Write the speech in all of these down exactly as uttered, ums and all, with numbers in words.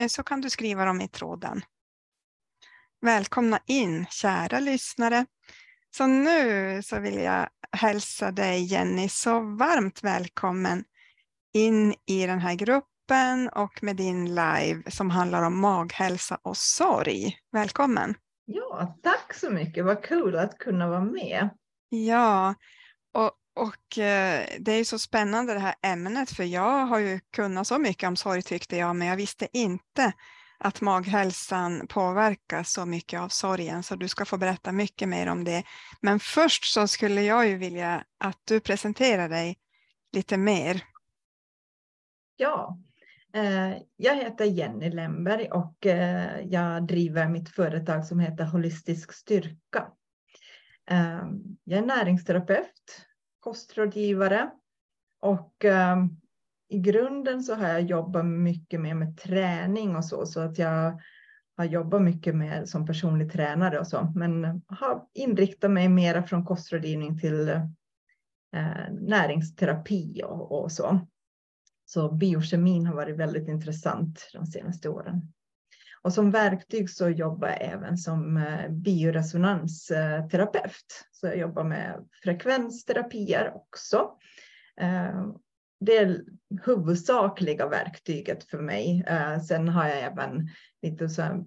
så kan du skriva dem i tråden. Välkomna in, kära lyssnare. Så nu så vill jag hälsa dig, Jenny, så varmt välkommen in i den här gruppen och med din live som handlar om maghälsa och sorg. Välkommen! Ja, tack så mycket. Vad kul att kunna vara med. Ja, och, och eh, det är ju så spännande det här ämnet, för jag har ju kunnat så mycket om sorg tyckte jag, men jag visste inte att maghälsan påverkas så mycket av sorgen, så du ska få berätta mycket mer om det. Men först så skulle jag ju vilja att du presenterar dig lite mer. Ja, eh, jag heter Jenny Lemberg och eh, jag driver mitt företag som heter Holistisk Styrka. Eh, jag är näringsterapeut, kostrådgivare och eh, i grunden så har jag jobbat mycket mer med träning och så, så att jag har jobbat mycket med som personlig tränare och så, men har inriktat mig mera från kostrådgivning till eh, näringsterapi och, och så. Så biokemin har varit väldigt intressant de senaste åren. Och som verktyg så jobbar jag även som bioresonansterapeut. Så jag jobbar med frekvensterapier också. Det är huvudsakliga verktyget för mig. Sen har jag även lite så här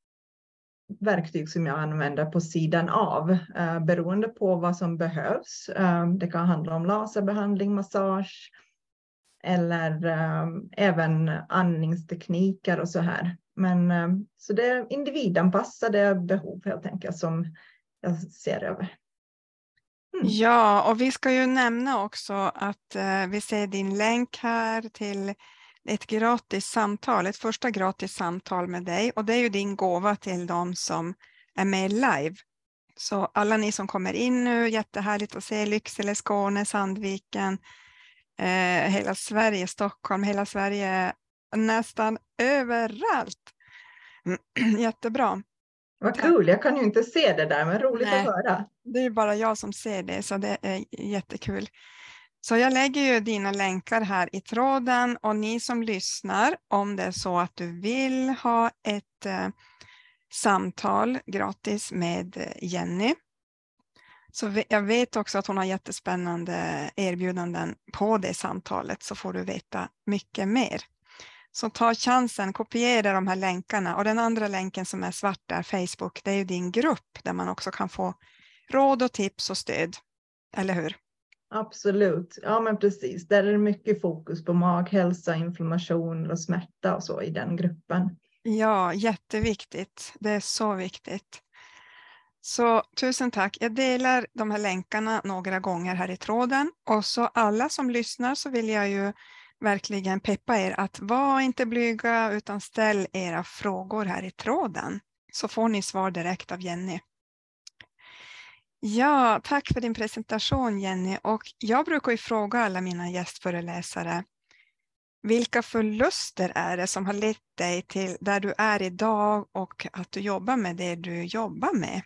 verktyg som jag använder på sidan av. Beroende på vad som behövs. Det kan handla om laserbehandling, massage. Eller äh, även andningstekniker och så här. Men äh, så det är individanpassade behov helt enkelt som jag ser över. Mm. Ja, och vi ska ju nämna också att äh, vi ser din länk här till ett gratis samtal, ett första gratis samtal med dig. Och det är ju din gåva till de som är med live. Så alla ni som kommer in nu, jättehärligt att se Lycksele, Skåne, Sandviken. Eh, hela Sverige, Stockholm, hela Sverige, nästan överallt. Jättebra. Vad kul, jag kan ju inte se det där, men roligt Nej, att höra. det är bara jag som ser det, så det är jättekul. Så jag lägger ju dina länkar här i tråden, och ni som lyssnar, om det är så att du vill ha ett eh, samtal gratis med Jenny. Så jag vet också att hon har jättespännande erbjudanden på det samtalet, så får du veta mycket mer. Så ta chansen, kopiera de här länkarna, och den andra länken som är svart där, Facebook, det är ju din grupp där man också kan få råd och tips och stöd, eller hur? Absolut, ja men precis. Där är det mycket fokus på maghälsa, inflammation och smärta och så i den gruppen. Ja, jätteviktigt. Det är så viktigt. Så tusen tack. Jag delar de här länkarna några gånger här i tråden, och så alla som lyssnar så vill jag ju verkligen peppa er att vara inte blyga utan ställ era frågor här i tråden, så får ni svar direkt av Jenny. Ja, tack för din presentation, Jenny, och jag brukar ju fråga alla mina gästföreläsare, vilka förluster är det som har lett dig till där du är idag och att du jobbar med det du jobbar med?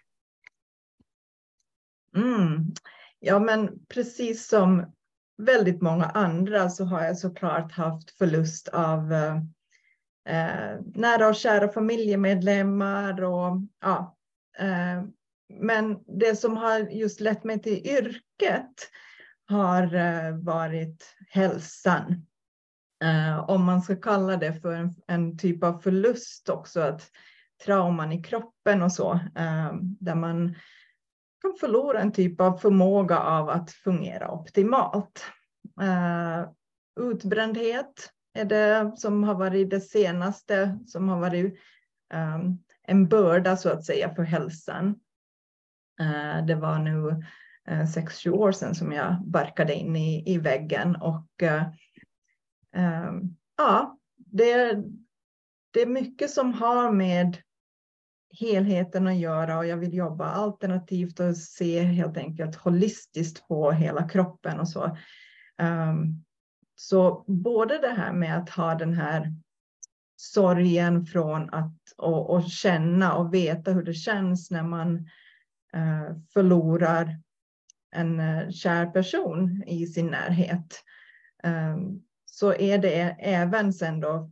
Mm. Ja, men precis som väldigt många andra så har jag såklart haft förlust av eh, nära och kära familjemedlemmar. Och, ja, eh, men det som har just lett mig till yrket har eh, varit hälsan. Eh, om man ska kalla det för en, en typ av förlust också, att trauman i kroppen och så, eh, där man kan förlora en typ av förmåga av att fungera optimalt. Uh, utbrändhet är det som har varit det senaste, som har varit um, en börda så att säga för hälsan. Uh, det var nu uh, sex sju år sedan som jag barkade in i, i väggen, och uh, um, ja, det, det är mycket som har med helheten att göra, och jag vill jobba alternativt och se helt enkelt holistiskt på hela kroppen och så. Um, så både det här med att ha den här sorgen från att och, och känna och veta hur det känns när man uh, förlorar en uh, kär person i sin närhet. Um, så är det även sen då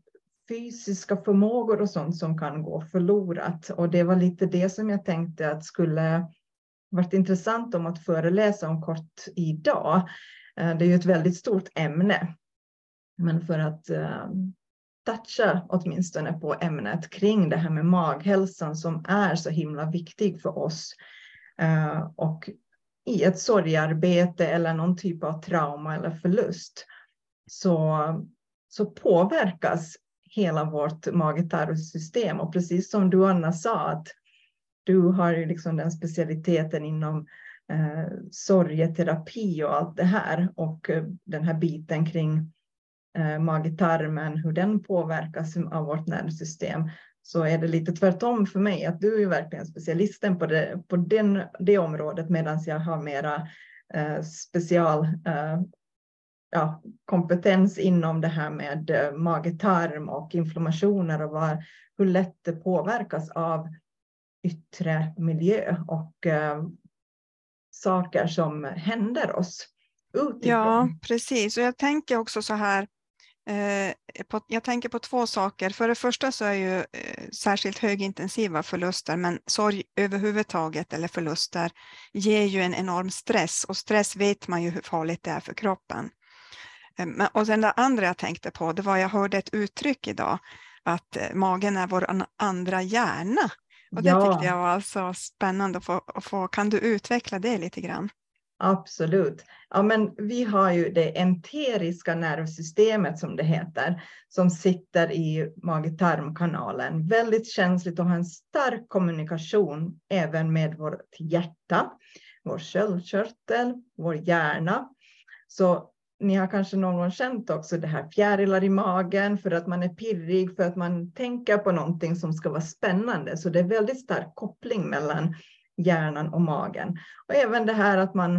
fysiska förmågor och sånt som kan gå förlorat. Och det var lite det som jag tänkte att skulle varit intressant om att föreläsa om kort idag. Det är ju ett väldigt stort ämne. Men för att uh, toucha åtminstone på ämnet kring det här med maghälsan som är så himla viktig för oss. Uh, och i ett sorgarbete eller någon typ av trauma eller förlust så, så påverkas hela vårt mage-tarmsystem. Och precis som du, Anna, sa, att du har ju liksom den specialiteten inom eh, sorgeterapi och allt det här. Och eh, den här biten kring eh, mage-tarmen, hur den påverkas av vårt nervsystem. Så är det lite tvärtom för mig. Att du är verkligen specialisten på det, på den, det området. Medan jag har mera eh, special eh, ja, kompetens inom det här med eh, mage-tarm och inflammationer. Och var, hur lätt det påverkas av yttre miljö och eh, saker som händer oss utifrån. Ja, precis. Och jag tänker också så här, eh, på, jag tänker på två saker. För det första så är ju eh, särskilt högintensiva förluster, men sorg överhuvudtaget eller förluster ger ju en enorm stress, och stress vet man ju hur farligt det är för kroppen. Eh, men, och sen det andra jag tänkte på, det var jag hörde ett uttryck idag, att eh, magen är vår andra hjärna. Och det Ja. tyckte jag var så spännande att få, att få. Kan du utveckla det lite grann? Absolut. Ja, men vi har ju det enteriska nervsystemet som det heter, som sitter i mage-tarmkanalen. Väldigt känsligt och har en stark kommunikation även med vårt hjärta, vår sköldkörtel, vår hjärna. Så ni har kanske någon gång känt också det här fjärilar i magen för att man är pirrig, för att man tänker på någonting som ska vara spännande. Så det är väldigt stark koppling mellan hjärnan och magen. Och även det här att man,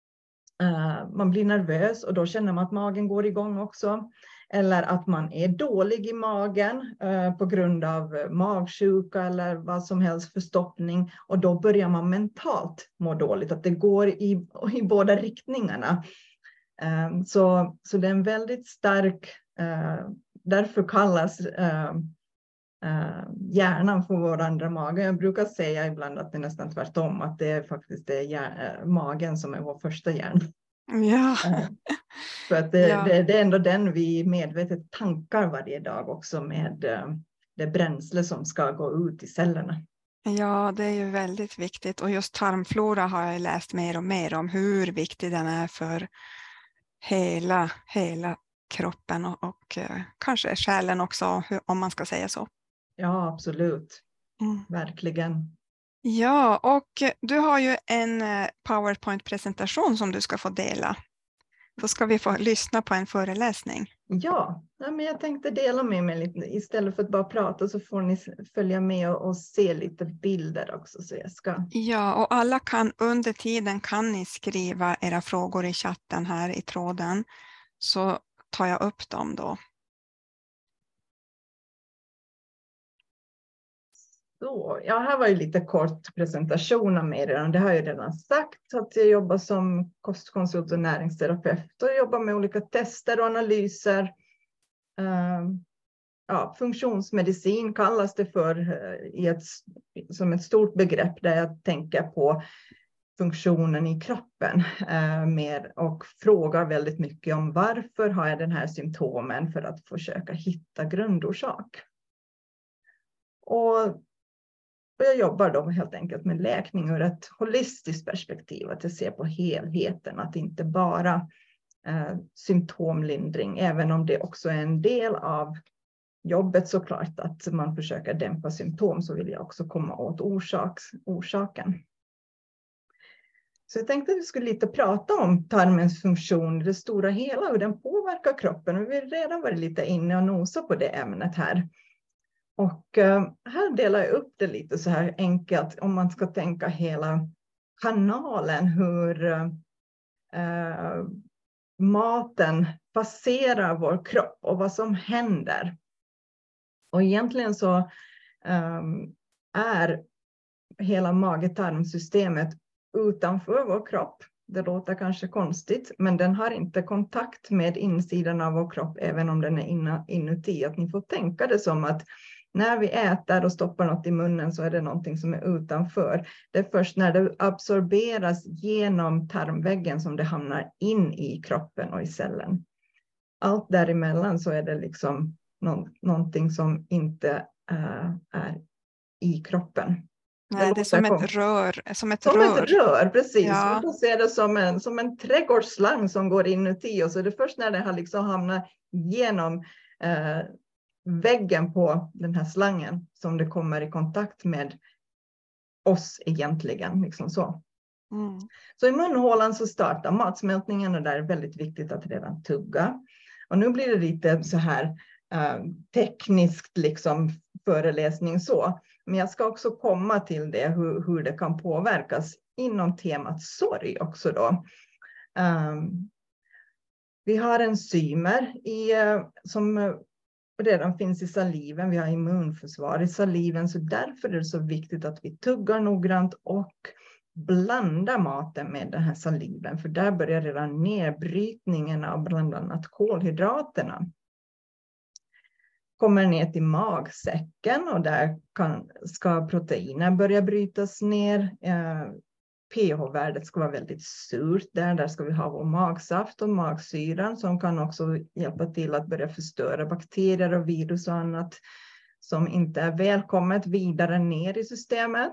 uh, man blir nervös och då känner man att magen går igång också. Eller att man är dålig i magen uh, på grund av magsjuka eller vad som helst, förstoppning. Och då börjar man mentalt må dåligt, att det går i, i båda riktningarna. Um, så, så det är en väldigt stark, uh, därför kallas uh, uh, hjärnan för vår andra mage. Jag brukar säga ibland att det är nästan tvärtom, att det är faktiskt det hjär, uh, magen som är vår första hjärna. Ja. Uh, för att det, ja. det, det är ändå den vi medvetet tankar varje dag också med uh, det bränsle som ska gå ut i cellerna. Ja, det är ju väldigt viktigt, och just tarmflora har jag läst mer och mer om hur viktig den är för hela, hela kroppen och, och eh, kanske själen också, hur, om man ska säga så. Ja, absolut. Mm. Verkligen. Ja, och du har ju en PowerPoint-presentation som du ska få dela. Då ska vi få lyssna på en föreläsning. Ja, men jag tänkte dela med mig lite. Istället för att bara prata så får ni följa med och, och se lite bilder också. Så jag ska... Ja, och alla kan under tiden kan ni skriva era frågor i chatten här i tråden. Så tar jag upp dem då. Så, ja, här var ju lite kort presentation av mig redan. Det har jag redan sagt, att jag jobbar som kostkonsult och näringsterapeut och jobbar med olika tester och analyser. Uh, ja, funktionsmedicin kallas det för uh, i ett, som ett stort begrepp där jag tänker på funktionen i kroppen uh, mer och frågar väldigt mycket om varför har jag den här symptomen för att försöka hitta grundorsak. Och Och jag jobbar då helt enkelt med läkning ur ett holistiskt perspektiv. Att jag ser på helheten. Att inte bara eh, symptomlindring. Även om det också är en del av jobbet såklart. Att man försöker dämpa symptom. Så vill jag också komma åt orsaks, orsaken. Så jag tänkte att vi skulle lite prata om tarmens funktion i det stora hela. Hur den påverkar kroppen. Och vi har redan varit lite inne och nosat på det ämnet här. Och uh, här delar jag upp det lite så här enkelt om man ska tänka hela kanalen, hur uh, maten passerar vår kropp och vad som händer. Och egentligen så um, är hela mage-tarmsystemet utanför vår kropp. Det låter kanske konstigt, men den har inte kontakt med insidan av vår kropp, även om den är inuti. Att ni får tänka det som att när vi äter och stoppar något i munnen så är det någonting som är utanför. Det är först när det absorberas genom tarmväggen som det hamnar in i kroppen och i cellen. Allt däremellan så är det liksom någon, någonting som inte uh, är i kroppen. Nej, det, det är som ett rör. Som ett som rör, ett rör precis. Ja. Man får se det som en, som en trädgårdsslang som går inuti. Och så är det först när det har liksom hamnat genom uh, väggen på den här slangen som det kommer i kontakt med oss egentligen. Liksom så. Mm. Så i munhålan så startar matsmältningen och där är det väldigt viktigt att redan tugga. Och nu blir det lite så här uh, tekniskt liksom föreläsning så. Men jag ska också komma till det hur, hur det kan påverkas inom temat sorg också då. Um, vi har enzymer i, uh, som redan finns i saliven. Vi har immunförsvar i saliven, så därför är det så viktigt att vi tuggar noggrant och blanda maten med den här saliven, för där börjar redan nedbrytningen av bland annat kolhydraterna. Kommer ner till magsäcken och där kan, ska proteiner börja brytas ner. Eh, pH-värdet ska vara väldigt surt där. Där ska vi ha vår magsaft och magsyran som kan också hjälpa till att börja förstöra bakterier och virus och annat som inte är välkommet vidare ner i systemet.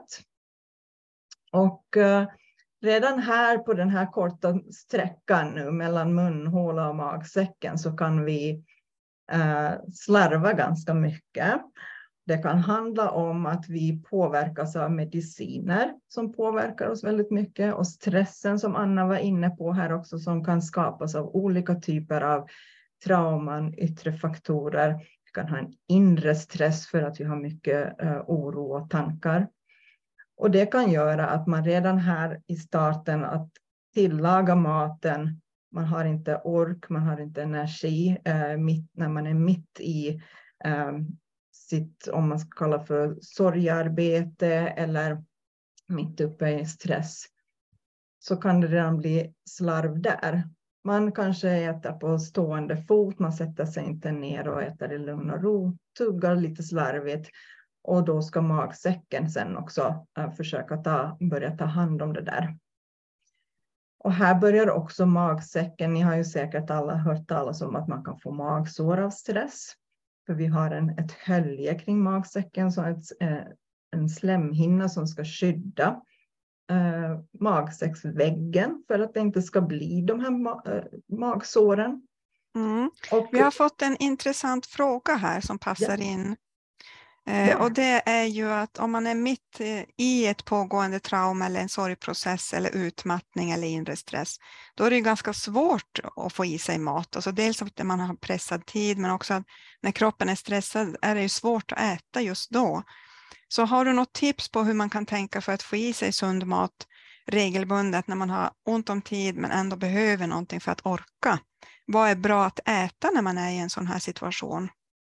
Och eh, redan här på den här korta sträckan nu mellan munhåla och magsäcken så kan vi eh, slarva ganska mycket. Det kan handla om att vi påverkas av mediciner som påverkar oss väldigt mycket och stressen som Anna var inne på här också som kan skapas av olika typer av trauman, yttre faktorer. Vi kan ha en inre stress för att vi har mycket eh, oro och tankar. Och det kan göra att man redan här i starten att tillaga maten, man har inte ork, man har inte energi eh, mitt, när man är mitt i eh, sitt, om man ska kalla för sorgarbete eller mitt uppe i stress, så kan det redan bli slarv där. Man kanske äter på stående fot, man sätter sig inte ner och äter i lugn och ro, tuggar lite slarvigt. Och då ska magsäcken sen också uh, försöka ta, börja ta hand om det där. Och här börjar också magsäcken. Ni har ju säkert alla hört talas om att man kan få magsår av stress. För vi har en, ett hölje kring magsäcken, så ett, eh, en slemhinna som ska skydda eh, magsäcksväggen för att det inte ska bli de här ma- äh, magsåren. Mm. Och, Vi har fått en intressant fråga här som passar ja. in. Eh, Ja. och det är ju att om man är mitt i ett pågående trauma eller en sorgprocess eller utmattning eller inre stress, då är det ju ganska svårt att få i sig mat. Alltså dels att man har pressad tid, men också att när kroppen är stressad är det ju svårt att äta just då. Så har du något tips på hur man kan tänka för att få i sig sund mat regelbundet när man har ont om tid men ändå behöver någonting för att orka? Vad är bra att äta när man är i en sån här situation?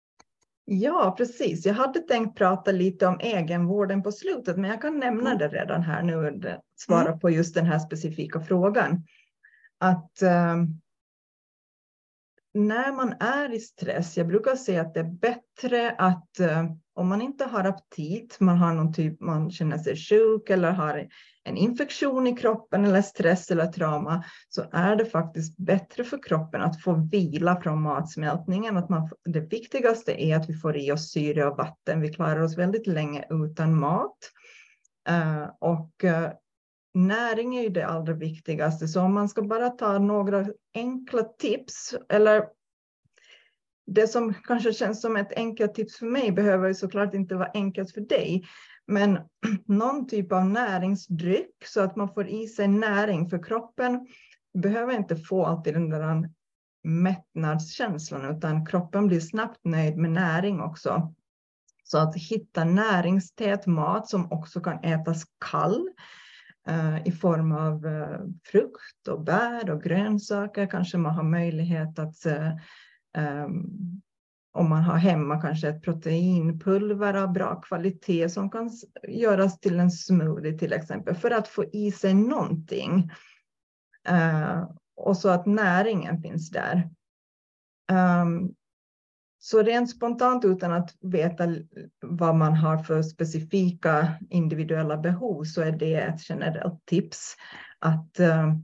Ja, precis. Jag hade tänkt prata lite om egenvården på slutet, men jag kan nämna Mm. det redan här nu, svara Mm. på just den här specifika frågan. Att eh, när man är i stress, jag brukar säga att det är bättre att eh, om man inte har aptit, man har någon typ, man känner sig sjuk eller har en infektion i kroppen eller stress eller trauma, så är det faktiskt bättre för kroppen att få vila från matsmältningen. Att man, det viktigaste är att vi får i oss syre och vatten. Vi klarar oss väldigt länge utan mat. Uh, och uh, näring är ju det allra viktigaste. Så om man ska bara ta några enkla tips, eller det som kanske känns som ett enkelt tips för mig behöver ju såklart inte vara enkelt för dig. Men någon typ av näringsdryck så att man får i sig näring, för kroppen behöver inte få alltid den där mättnadskänslan, utan kroppen blir snabbt nöjd med näring också. Så att hitta näringstät mat som också kan ätas kall uh, i form av uh, frukt och bär och grönsaker. Kanske man har möjlighet att uh, um, om man har hemma kanske ett proteinpulver av bra kvalitet som kan göras till en smoothie till exempel, för att få i sig någonting. Uh, och så att näringen finns där. Um, så rent spontant utan att veta vad man har för specifika individuella behov så är det ett generellt tips. Att, uh,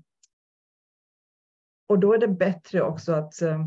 och då är det bättre också att uh,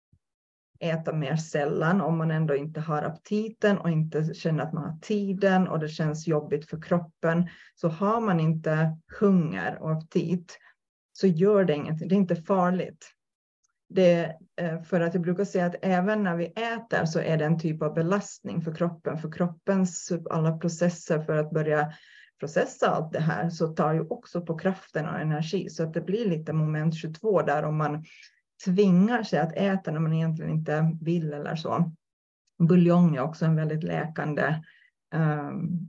äta mer sällan om man ändå inte har aptiten och inte känner att man har tiden och det känns jobbigt för kroppen. Så har man inte hunger och aptit så gör det ingenting. Det är inte farligt. Det, för att jag brukar säga att även när vi äter så är det en typ av belastning för kroppen. För kroppens alla processer för att börja processa allt det här så tar ju också på kraften och energi. Så att det blir lite moment tjugotvå där om man tvingar sig att äta när man egentligen inte vill eller så. Buljong är också en väldigt läkande um,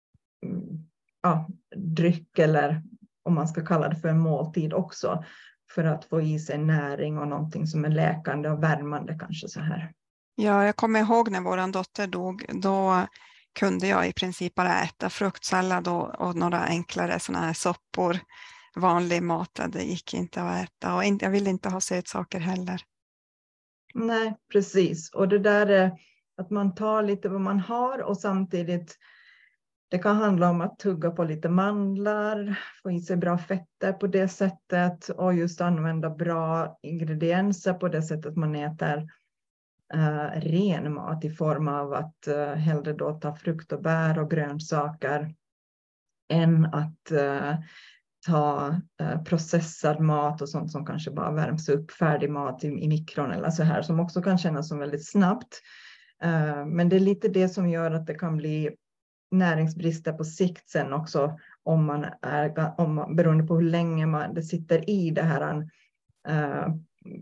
ja, dryck eller om man ska kalla det för en måltid också. För att få i sig näring och någonting som är läkande och värmande kanske så här. Ja, jag kommer ihåg när vår dotter dog. Då kunde jag i princip bara äta fruktsallad och, och några enklare såna här soppor. Vanlig mat, det gick inte att äta. Och inte, jag ville inte ha sötsaker heller. Nej, precis. Och det där är att man tar lite vad man har och samtidigt det kan handla om att tugga på lite mandlar, få i sig bra fetter på det sättet och just använda bra ingredienser på det sättet man äter uh, ren mat i form av att uh, hellre då ta frukt och bär och grönsaker än att uh, ta uh, processad mat och sånt som kanske bara värms upp, färdig mat i, i mikron eller så här som också kan kännas som väldigt snabbt. Uh, men det är lite det som gör att det kan bli näringsbrister på sikt sen också om man är, om man, beroende på hur länge man det sitter i det här uh,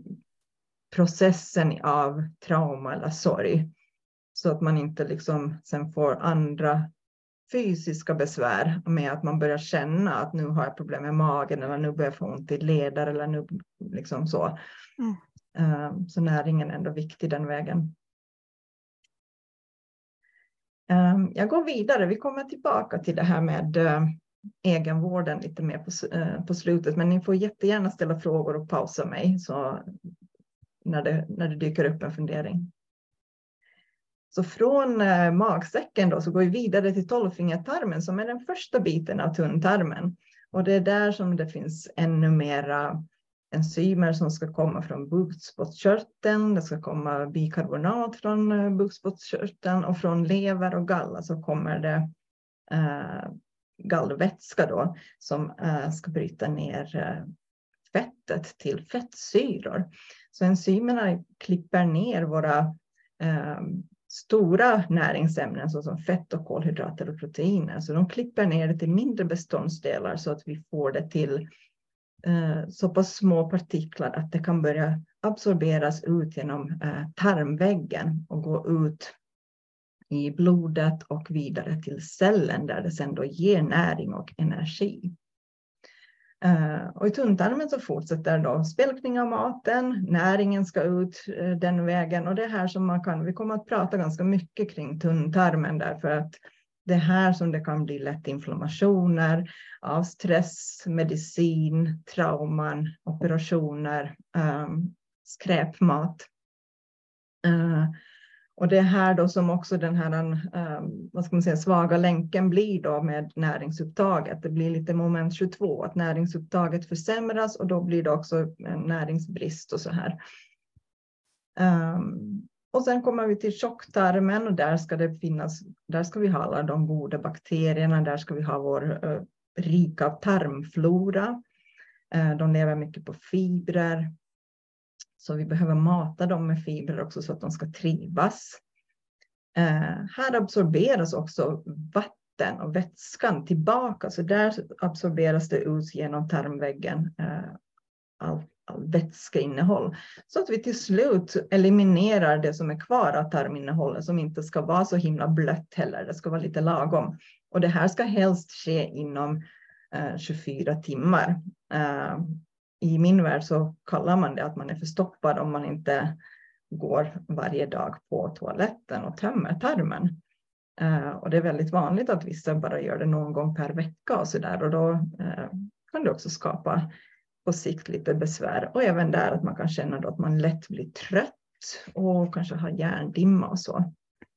processen av trauma eller sorg. Så att man inte liksom sen får andra fysiska besvär med att man börjar känna att nu har jag problem med magen eller nu börjar jag få ont i leder eller nu liksom så. Mm. Uh, så näringen är ändå viktig den vägen. Jag går vidare, vi kommer tillbaka till det här med egenvården lite mer på, på slutet. Men ni får jättegärna ställa frågor och pausa mig så när, det, när det dyker upp en fundering. Så från magsäcken då så går vi vidare till tolvfingertarmen som är den första biten av tunntarmen. Och det är där som det finns ännu mera enzymer som ska komma från bukspottkörteln, det ska komma bikarbonat från bukspottkörteln och från lever och galla så kommer det eh, gallvätska då som eh, ska bryta ner eh, fettet till fettsyror. Så enzymerna klipper ner våra eh, stora näringsämnen såsom fett och kolhydrater och proteiner. Så de klipper ner det till mindre beståndsdelar så att vi får det till så pass små partiklar att det kan börja absorberas ut genom eh, tarmväggen och gå ut i blodet och vidare till cellen där det sedan då ger näring och energi. Eh, och i tunntarmen så fortsätter då spälkning av maten, näringen ska ut eh, den vägen och det är här som man kan, vi kommer att prata ganska mycket kring tunntarmen därför att det är här som det kan bli lätt inflammationer av stress, medicin, trauman, operationer, um, skräpmat. Uh, och det är här då som också den här um, vad ska man säga, svaga länken blir då med näringsupptaget. Det blir lite moment tjugotvå, att näringsupptaget försämras och då blir det också en näringsbrist och så här. Um, Och sen kommer vi till tjocktarmen och där ska det finnas, där ska vi ha alla de goda bakterierna, där ska vi ha vår uh, rika tarmflora. Uh, de lever mycket på fibrer. Så vi behöver mata dem med fibrer också så att de ska trivas. Uh, här absorberas också vatten och vätskan tillbaka. Så där absorberas det ut genom tarmväggen. Uh, allt. Vätskeinnehåll så att vi till slut eliminerar det som är kvar av tarminnehållet som inte ska vara så himla blött heller. Det ska vara lite lagom. Och det här ska helst ske inom eh, tjugofyra timmar. Eh, I min värld så kallar man det att man är förstoppad om man inte går varje dag på toaletten och tömmer tarmen. Eh, och det är väldigt vanligt att vissa bara gör det någon gång per vecka och så där. Och då eh, kan det också skapa på sikt lite besvär. Och även där att man kan känna då att man lätt blir trött och kanske har hjärndimma och så.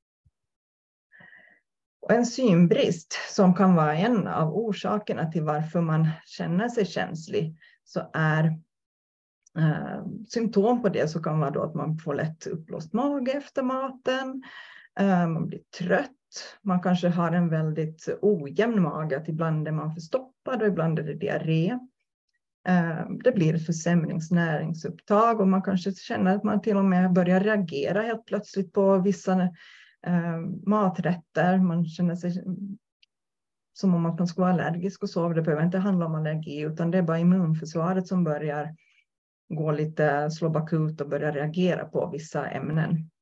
Och enzymbrist som kan vara en av orsakerna till varför man känner sig känslig, så är eh, symptom på det så kan vara då att man får lätt uppblåst mage efter maten, eh, man blir trött, man kanske har en väldigt ojämn mage, att ibland är man förstoppad och ibland är det diarré. Eh, det blir ett försämringsnäringsupptag och man kanske känner att man till och med börjar reagera helt plötsligt på vissa Eh, maträtter. Man känner sig som om att man ska vara allergisk och så. Det behöver inte handla om allergi, utan det är bara immunförsvaret som börjar gå lite slå bakut och börja reagera på vissa ämnen.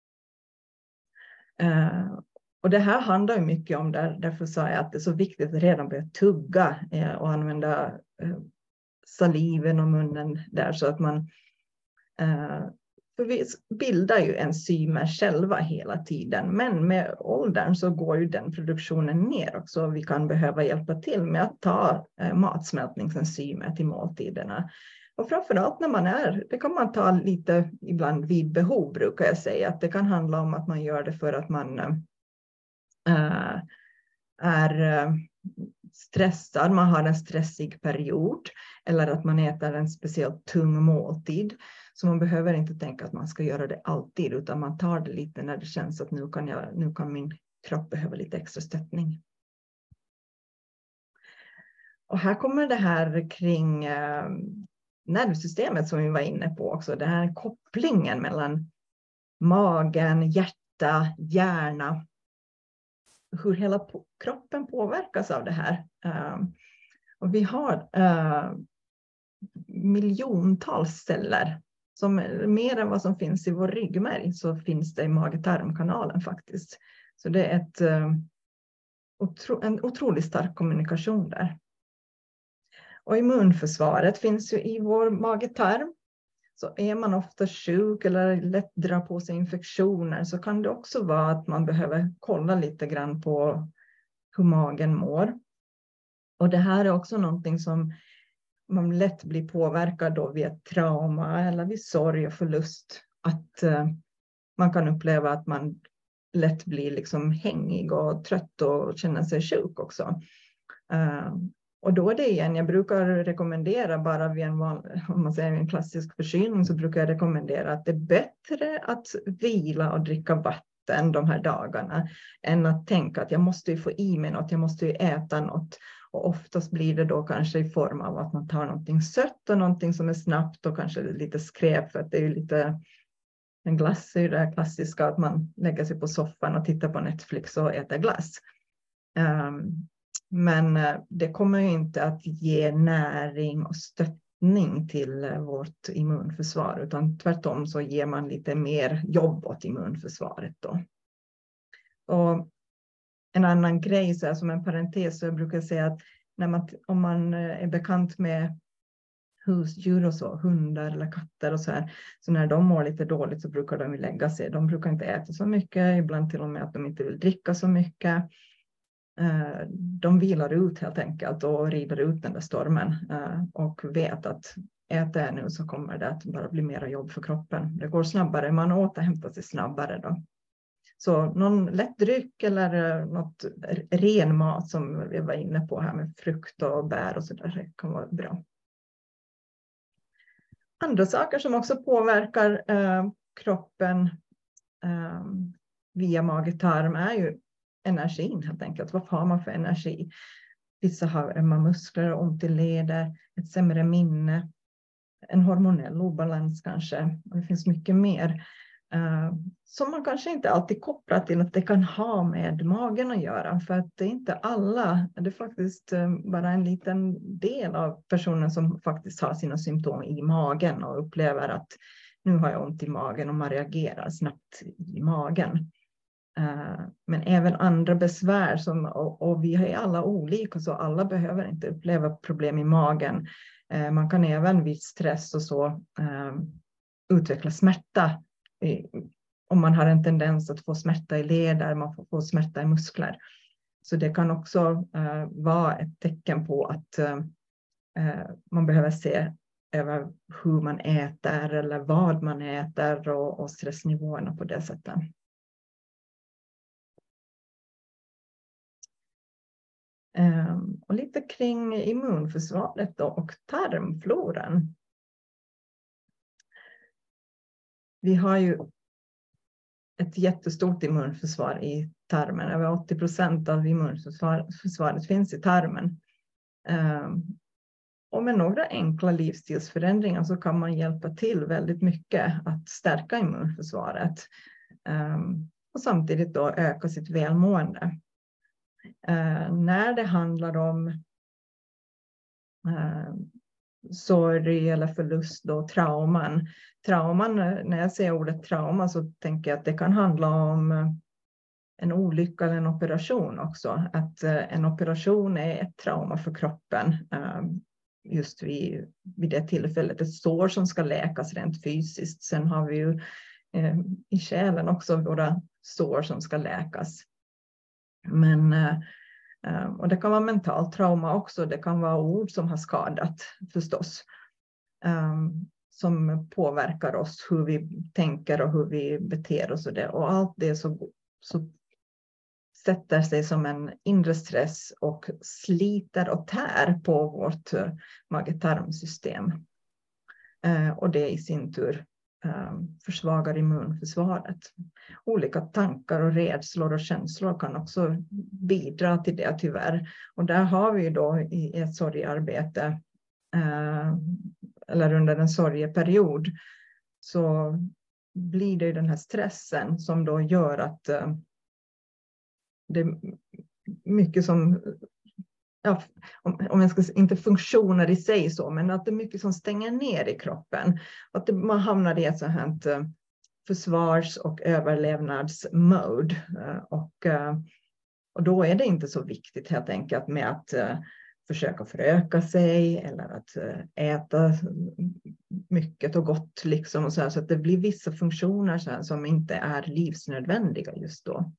Eh, och det här handlar ju mycket om, där, därför sa jag att det är så viktigt att redan börja tugga eh, och använda eh, saliven och munnen där, så att man eh, för vi bildar ju enzymer själva hela tiden, men med åldern så går ju den produktionen ner också. Vi kan behöva hjälpa till med att ta eh, matsmältningsenzymer till måltiderna. Och framförallt när man är, det kan man ta lite ibland vid behov, brukar jag säga. Att det kan handla om att man gör det för att man äh, är äh, stressad, man har en stressig period, eller att man äter en speciellt tung måltid. Så man behöver inte tänka att man ska göra det alltid, utan man tar det lite när det känns att nu kan, jag, nu kan min kropp behöva lite extra stöttning. Och här kommer det här kring eh, nervsystemet som vi var inne på också. Den här kopplingen mellan magen, hjärta, hjärna. Hur hela på, kroppen påverkas av det här. Uh, och vi har uh, miljontals celler. Som mer än vad som finns i vår ryggmärg så finns det i mage-tarmkanalen faktiskt. Så det är ett, uh, otro, en otroligt stark kommunikation där. Och immunförsvaret finns ju i vår mage-tarm. Så är man ofta sjuk eller lätt drar på sig infektioner, så kan det också vara att man behöver kolla lite grann på hur magen mår. Och det här är också någonting som man lätt blir påverkad då vid ett trauma eller vid sorg och förlust. Att uh, man kan uppleva att man lätt blir liksom hängig och trött och känner sig sjuk också. Uh, Och då är det igen, jag brukar rekommendera bara vid en, om man säger en klassisk förkylning, så brukar jag rekommendera att det är bättre att vila och dricka vatten de här dagarna än att tänka att jag måste ju få i mig något, jag måste ju äta något. Och oftast blir det då kanske i form av att man tar någonting sött och någonting som är snabbt och kanske lite skräp, för att det är ju lite, en glass är ju det här klassiska att man lägger sig på soffan och tittar på Netflix och äter glass. Um, Men det kommer ju inte att ge näring och stöttning till vårt immunförsvar, utan tvärtom så ger man lite mer jobb åt immunförsvaret då. Och en annan grej, så här, som en parentes, så jag brukar säga att när man, om man är bekant med husdjur och så, hundar eller katter och så här, så när de mår lite dåligt så brukar de lägga sig. De brukar inte äta så mycket, ibland till och med att de inte vill dricka så mycket. De vilar ut helt enkelt och rider ut den där stormen och vet att äter jag nu så kommer det att bara bli mer jobb för kroppen. Det går snabbare, man återhämtar sig snabbare då. Så någon lätt dryck eller något ren mat som vi var inne på här med frukt och bär och så där kan vara bra. Andra saker som också påverkar eh, kroppen eh, via mage-tarm är ju energin helt enkelt. Vad har man för energi? Vissa har ömma muskler och ont i leder, ett sämre minne, en hormonell obalans kanske. Det finns mycket mer uh, som man kanske inte alltid kopplar till att det kan ha med magen att göra. För att det är inte alla, det är faktiskt uh, bara en liten del av personen som faktiskt har sina symptom i magen och upplever att nu har jag ont i magen och man reagerar snabbt i magen. Men även andra besvär, som, och, och vi är alla olika, så alla behöver inte uppleva problem i magen. Man kan även vid stress och så um, utveckla smärta. Om man har en tendens att få smärta i leder, man får få smärta i muskler. Så det kan också uh, vara ett tecken på att uh, man behöver se över hur man äter eller vad man äter och, och stressnivåerna på det sättet. Um, och lite kring immunförsvaret då, och tarmfloran. Vi har ju ett jättestort immunförsvar i tarmen. Över åttio procent av immunförsvaret finns i tarmen. Um, och med några enkla livsstilsförändringar så kan man hjälpa till väldigt mycket att stärka immunförsvaret. Um, och samtidigt då öka sitt välmående. Uh, när det handlar om uh, sorg eller förlust då, trauman. Trauman, när jag säger ordet trauma så tänker jag att det kan handla om en olycka eller en operation också. Att uh, en operation är ett trauma för kroppen. Uh, just vid, vid det tillfället. Ett sår som ska läkas rent fysiskt. Sen har vi ju uh, i själen också våra sår som ska läkas. Men, uh, och det kan vara mentalt trauma också. Det kan vara ord som har skadat förstås. Um, som påverkar oss, hur vi tänker och hur vi beter oss. Och, det. Och allt det så, så sätter sig som en inre stress och sliter och tär på vårt uh, mage-tarmsystem. Uh, och det i sin tur uh, försvagar immunförsvaret. Olika tankar och rädslor och känslor kan också bidra till det tyvärr. Och där har vi då i ett sorgarbete uh, eller under en sorgeperiod så blir det den här stressen som då gör att uh, det är mycket som, ja, om, om jag ska inte funktioner i sig så, men att det är mycket som stänger ner i kroppen. Att det, man hamnar i ett sånt här försvars- och överlevnadsmode. Och, och då är det inte så viktigt helt enkelt med att försöka föröka sig eller att äta mycket och gott liksom och så här, så att det blir vissa funktioner så här, som inte är livsnödvändiga just då.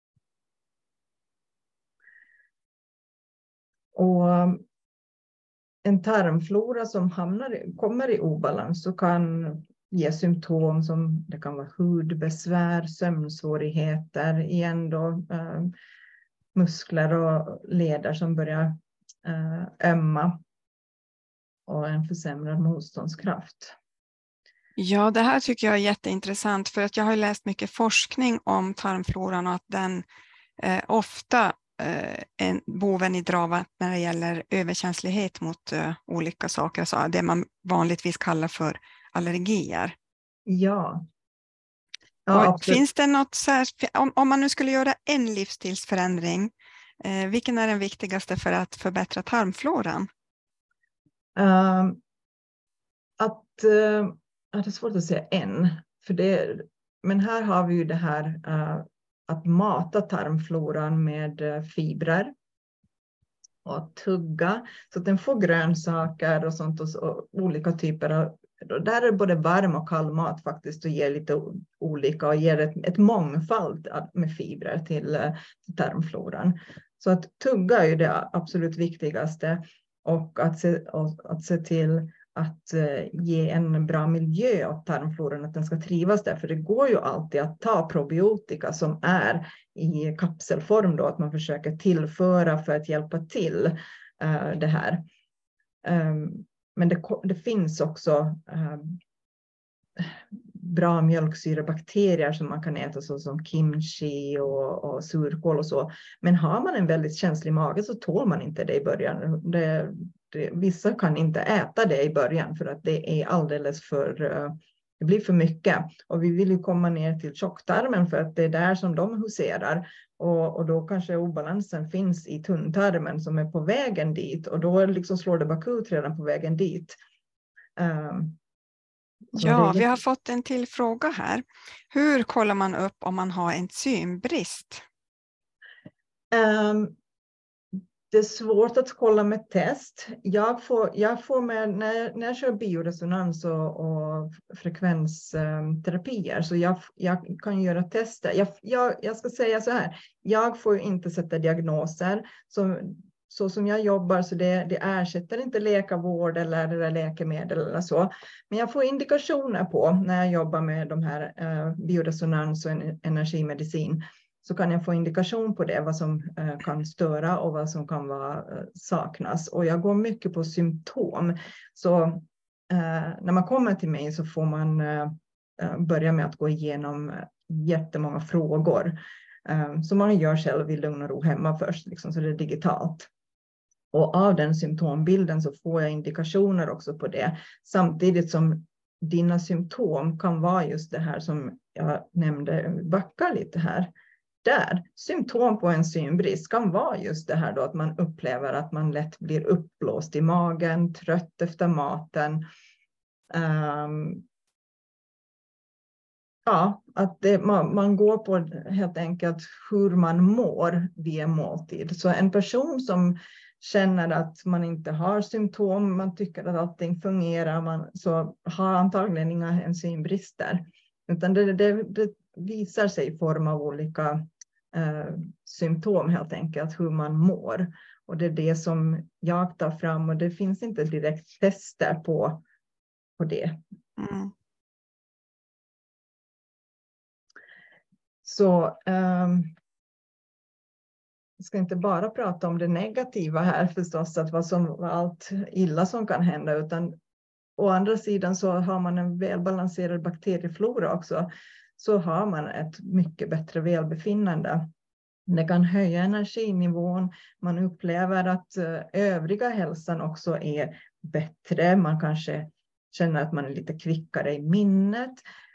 Och en tarmflora som hamnar, kommer i obalans så kan ge symptom som det kan vara hudbesvär, sömnsvårigheter, igen då eh, muskler och leder som börjar eh, ömma och en försämrad motståndskraft. Ja, det här tycker jag är jätteintressant för att jag har läst mycket forskning om tarmfloran och att den eh, ofta en boven i dramat när det gäller överkänslighet mot uh, olika saker, alltså det man vanligtvis kallar för allergier. Ja. Ja, och finns det något särskilt, om, om man nu skulle göra en livsstilsförändring, eh, vilken är den viktigaste för att förbättra tarmfloran? Uh, att, uh, det är svårt att säga en, för det, men här har vi ju det här uh, att mata tarmfloran med fibrer och att tugga så att den får grönsaker och sånt och, och olika typer av, där är både varm och kall mat faktiskt och ger lite olika och ger ett, ett mångfald med fibrer till, till tarmfloran. Så att tugga är ju det absolut viktigaste och att se, och att se till att ge en bra miljö åt tarmfloran, att den ska trivas där. För det går ju alltid att ta probiotika som är i kapselform då, att man försöker tillföra för att hjälpa till uh, det här. Um, men det, det finns också uh, bra mjölksyrebakterier som man kan äta, så som kimchi och, och surkål och så. Men har man en väldigt känslig mage så tål man inte det i början. Det, det, vissa kan inte äta det i början för att det är alldeles för, uh, det blir för mycket. Och vi vill ju komma ner till tjocktarmen för att det är där som de huserar. Och, och då kanske obalansen finns i tunntarmen som är på vägen dit. Och då liksom slår det bakut redan på vägen dit. Um, Ja, vi har fått en till fråga här. Hur kollar man upp om man har enzymbrist? Um, det är svårt att kolla med test. Jag får, jag får med, när, när jag kör bioresonans och, och frekvensterapier, så jag, jag kan göra tester. Jag, jag, jag ska säga så här, jag får inte sätta diagnoser. Så så som jag jobbar så det, det ersätter inte läkarvård eller, eller läkemedel eller så. Men jag får indikationer på när jag jobbar med de här eh, bioresonans och energimedicin. Så kan jag få indikation på det, vad som eh, kan störa och vad som kan vara, eh, saknas. Och jag går mycket på symptom. Så eh, när man kommer till mig så får man eh, börja med att gå igenom jättemånga frågor. Eh, som man gör själv i lugn och ro hemma först, liksom, så det är digitalt. Och av den symptombilden så får jag indikationer också på det. Samtidigt som dina symptom kan vara just det här som jag nämnde, backa lite här. Där, symptom på en synbrist kan vara just det här då att man upplever att man lätt blir uppblåst i magen, trött efter maten. Um, ja, att det, man, man går på helt enkelt hur man mår vid en måltid. Så en person som känner att man inte har symptom, man tycker att allting fungerar, man, så har antagligen inga enzymbrister. Utan det, det, det visar sig i form av olika eh, symptom helt enkelt, hur man mår. Och det är det som jag tar fram, och det finns inte direkt tester på, på det. Mm. Så um, jag ska inte bara prata om det negativa här förstås, att vad som allt illa som kan hända, utan å andra sidan så har man en välbalanserad bakterieflora också, så har man ett mycket bättre välbefinnande. Det kan höja energinivån, man upplever att övriga hälsan också är bättre, man kanske känner att man är lite kvickare i minnet.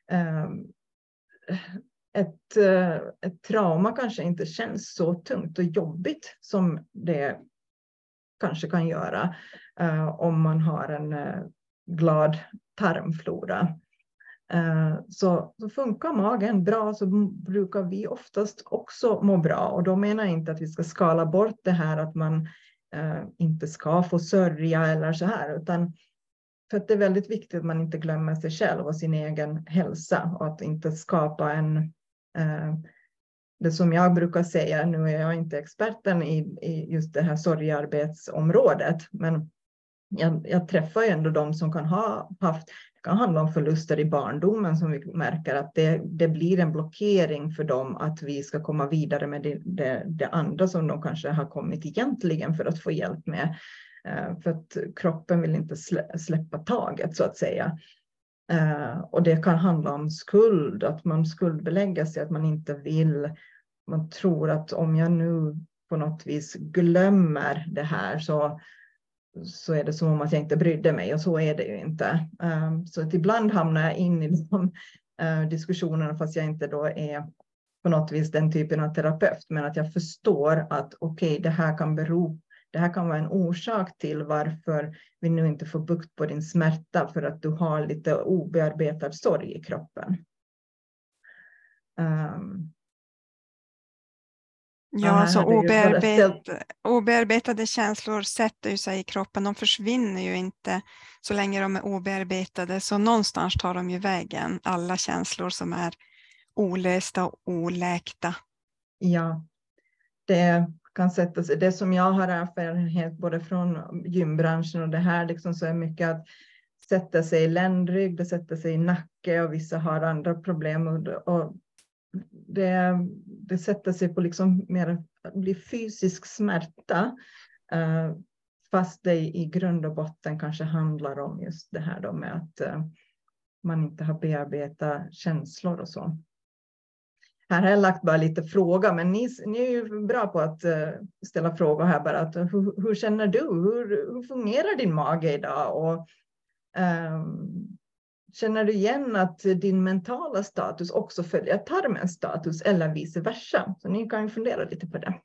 Ett, ett trauma kanske inte känns så tungt och jobbigt som det kanske kan göra uh, om man har en uh, glad tarmflora. Uh, så, så funkar magen bra, så brukar vi oftast också må bra. Och då menar jag inte att vi ska skala bort det här att man uh, inte ska få sörja eller så här, utan för att det är väldigt viktigt att man inte glömmer sig själv och sin egen hälsa, och att inte skapa en det som jag brukar säga, nu är jag inte experten i, i just det här sorgarbetsområdet, men jag, jag träffar ju ändå de som kan ha haft, det kan handla om förluster i barndomen som vi märker att det, det blir en blockering för dem att vi ska komma vidare med det, det, det andra som de kanske har kommit egentligen för att få hjälp med. För att kroppen vill inte slä, släppa taget så att säga. Uh, och det kan handla om skuld, att man skuldbelägger sig, att man inte vill, man tror att om jag nu på något vis glömmer det här så, så är det som om att jag inte brydde mig, och så är det ju inte. Uh, så att ibland hamnar jag in i de uh, diskussionerna fast jag inte då är på något vis den typen av terapeut, men att jag förstår att okej, okay, det här kan bero Det här kan vara en orsak till varför vi nu inte får bukt på din smärta, för att du har lite obearbetad sorg i kroppen. Um, ja, så obearbet, obearbetade känslor sätter ju sig i kroppen. De försvinner ju inte så länge de är obearbetade. Så någonstans tar de ju vägen, alla känslor som är olösta och oläkta. Ja, det kan sätta sig. Det som jag har erfarenhet både från gymbranschen och det här, liksom, så är mycket att sätta sig i ländrygg, det sätter sig i nacke, och vissa har andra problem, och, och det, det sätter sig på liksom mer, blir fysisk smärta, uh, fast det i grund och botten kanske handlar om just det här då med att uh, man inte har bearbetat känslor och så. Här har jag lagt bara lite frågor, men ni, ni är ju bra på att uh, ställa frågor här bara. Att, hur, hur känner du? Hur, hur fungerar din mage idag? Och, um, känner du igen att din mentala status också följer tarmens status eller vice versa? Så ni kan ju fundera lite på det.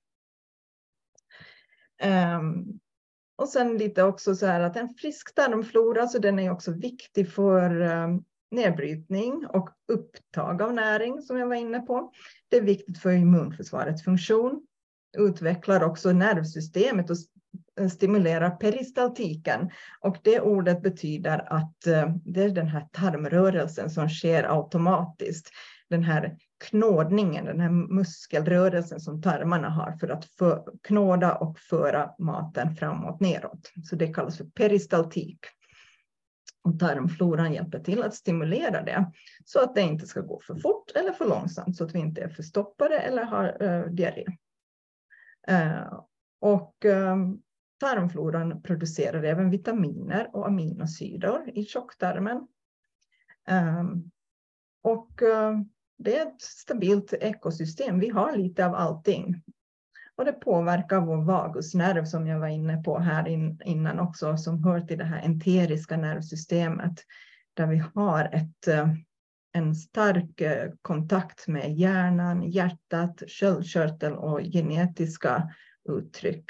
Um, och sen lite också så här att en frisk tarmflora, så den är också viktig för um, nedbrytning och upptag av näring som jag var inne på. Det är viktigt för immunförsvarets funktion. Utvecklar också nervsystemet och stimulerar peristaltiken. Och det ordet betyder att det är den här tarmrörelsen som sker automatiskt. Den här knådningen, den här muskelrörelsen som tarmarna har för att för, knåda och föra maten framåt neråt. Så det kallas för peristaltik. Och tarmfloran hjälper till att stimulera det så att det inte ska gå för fort eller för långsamt, så att vi inte är förstoppade eller har uh, diarré. Uh, och um, tarmfloran producerar även vitaminer och aminosyror i tjocktarmen. Um, och uh, det är ett stabilt ekosystem. Vi har lite av allting. Och det påverkar vår vagusnerv som jag var inne på här in, innan också, som hör till det här enteriska nervsystemet. Där vi har ett, en stark kontakt med hjärnan, hjärtat, sköldkörtel och genetiska uttryck.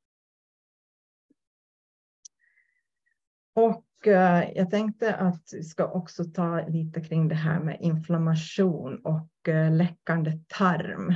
Och jag tänkte att vi ska också ta lite kring det här med inflammation och läckande tarm.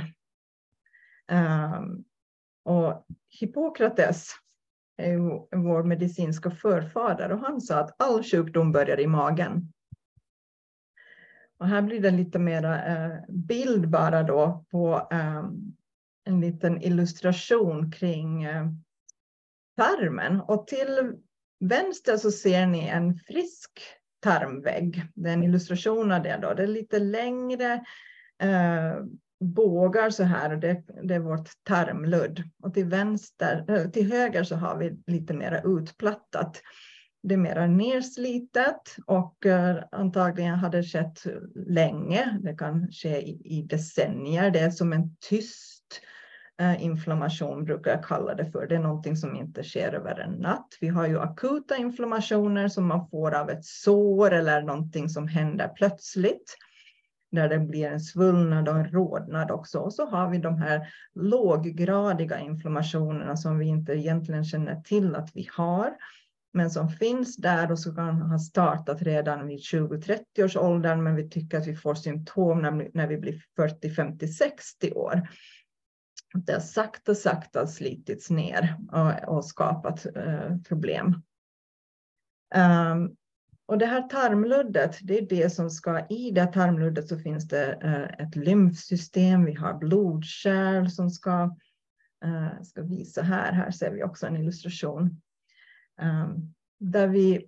Um, och Hippokrates är ju vår medicinska förfader, och han sa att all sjukdom börjar i magen. Och här blir det lite mera eh, bild bara då på eh, en liten illustration kring eh, tarmen. Och till vänster så ser ni en frisk tarmvägg. Det är en illustration av det då. Det är lite längre eh, bågar så här, och det, det är vårt tarmludd. Och till vänster, till höger så har vi lite mer utplattat. Det är mer nerslitet och eh, antagligen har det skett länge. Det kan ske i, i decennier. Det är som en tyst eh, inflammation brukar jag kalla det för. Det är någonting som inte sker över en natt. Vi har ju akuta inflammationer som man får av ett sår eller någonting som händer plötsligt, där det blir en svullnad och en rodnad också. Och så har vi de här låggradiga inflammationerna som vi inte egentligen känner till att vi har, men som finns där och så kan ha startat redan vid tjugo till trettio års ålder, men vi tycker att vi får symptom när, när vi blir fyrtio, femtio, sextio år. Det har sakta, sakta slitits ner och, och skapat eh, problem. Um, Och det här tarmluddet, det är det som ska, i det tarmluddet så finns det eh, ett lymfsystem, vi har blodkärl som ska, eh, ska visa här, här ser vi också en illustration. Um, där vi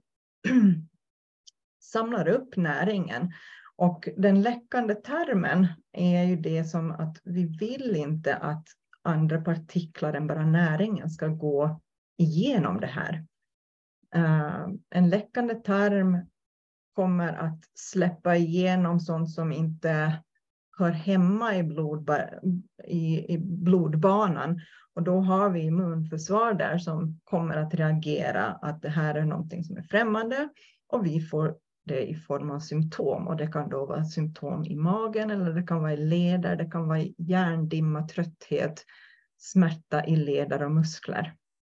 samlar upp näringen. Och den läckande tarmen är ju det som att vi vill inte att andra partiklar än bara näringen ska gå igenom det här. Uh, en läckande tarm kommer att släppa igenom sånt som inte hör hemma i, blodba i, i blodbanan. Och då har vi immunförsvar där som kommer att reagera att det här är någonting som är främmande. Och vi får det i form av symptom. Och det kan då vara symptom i magen, eller det kan vara i leder, det kan vara i hjärndimma, trötthet, smärta i leder och muskler.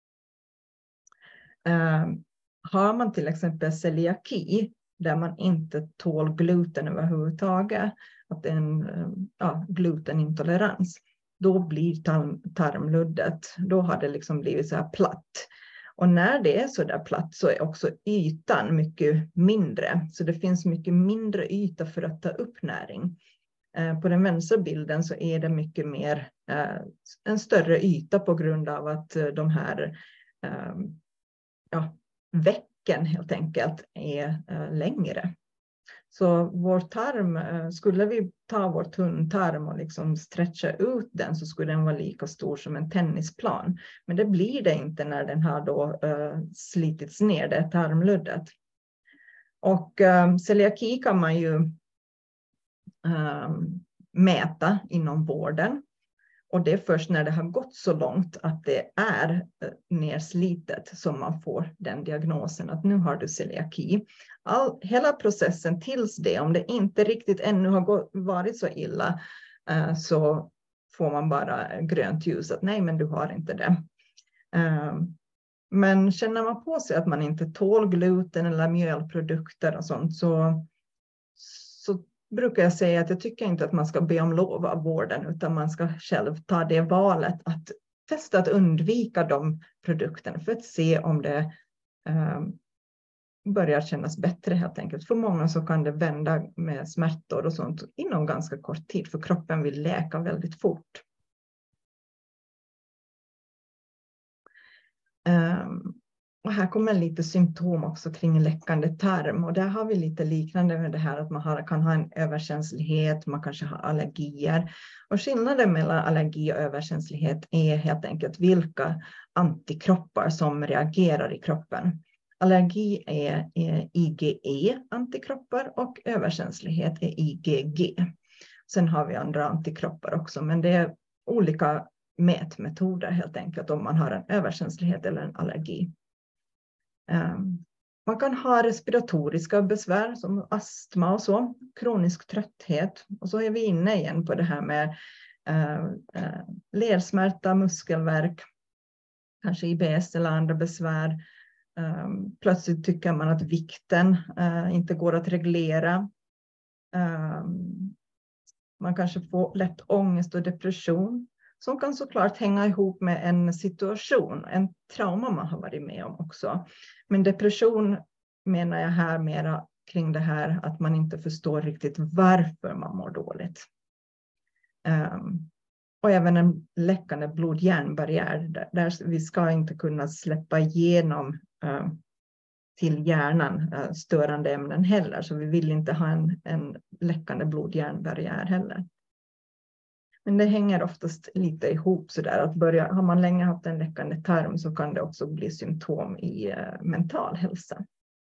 Uh, har man till exempel celiaki, där man inte tål gluten överhuvudtaget, att det är en ja, glutenintolerans, då blir tarm, tarmluddet, då har det liksom blivit så här platt. Och när det är så där platt så är också ytan mycket mindre. Så det finns mycket mindre yta för att ta upp näring. Eh, på den vänstra bilden så är det mycket mer eh, en större yta på grund av att eh, de här eh, ja, vecken helt enkelt är eh, längre. Så vår tarm, eh, skulle vi ta vår tunntarm och liksom stretcha ut den, så skulle den vara lika stor som en tennisplan. Men det blir det inte när den har då eh, slitits ner, det tarmluddet. Och eh, celiaki kan man ju eh, mäta inom vården. Och det är först när det har gått så långt att det är nerslitet som man får den diagnosen att nu har du celiaki. All, hela processen tills det, om det inte riktigt ännu har gått, varit så illa, eh, så får man bara grönt ljus att nej, men du har inte det. Eh, men känner man på sig att man inte tål gluten eller mjölprodukter och sånt, så, så brukar jag säga att jag tycker inte att man ska be om lov av vården, utan man ska själv ta det valet att testa att undvika de produkten för att se om det eh, börjar kännas bättre helt enkelt. För många så kan det vända med smärtor och sånt inom ganska kort tid, för kroppen vill läka väldigt fort. Um, och här kommer lite symptom också kring läckande tarm, och där har vi lite liknande med det här att man har, kan ha en överkänslighet, man kanske har allergier. Och skillnaden mellan allergi och överkänslighet är helt enkelt vilka antikroppar som reagerar i kroppen. Allergi är, är I G E-antikroppar och överkänslighet är I G G. Sen har vi andra antikroppar också, men det är olika mätmetoder helt enkelt om man har en överkänslighet eller en allergi. Um, man kan ha respiratoriska besvär som astma och så, kronisk trötthet. Och så är vi inne igen på det här med uh, uh, ledsmärta, muskelvärk, kanske I B S eller andra besvär. Um, plötsligt tycker man att vikten uh, inte går att reglera. Um, man kanske får lätt ångest och depression, som kan såklart hänga ihop med en situation, en trauma man har varit med om också. Men depression menar jag här mera kring det här att man inte förstår riktigt varför man mår dåligt. Um, och även en läckande blod-hjärnbarriär, där, där vi ska inte kunna släppa igenom uh, till hjärnan uh, störande ämnen heller. Så vi vill inte ha en, en läckande blod-hjärnbarriär heller. Men det hänger oftast lite ihop så där att börja, har man länge haft en läckande tarm så kan det också bli symptom i uh, mental hälsa.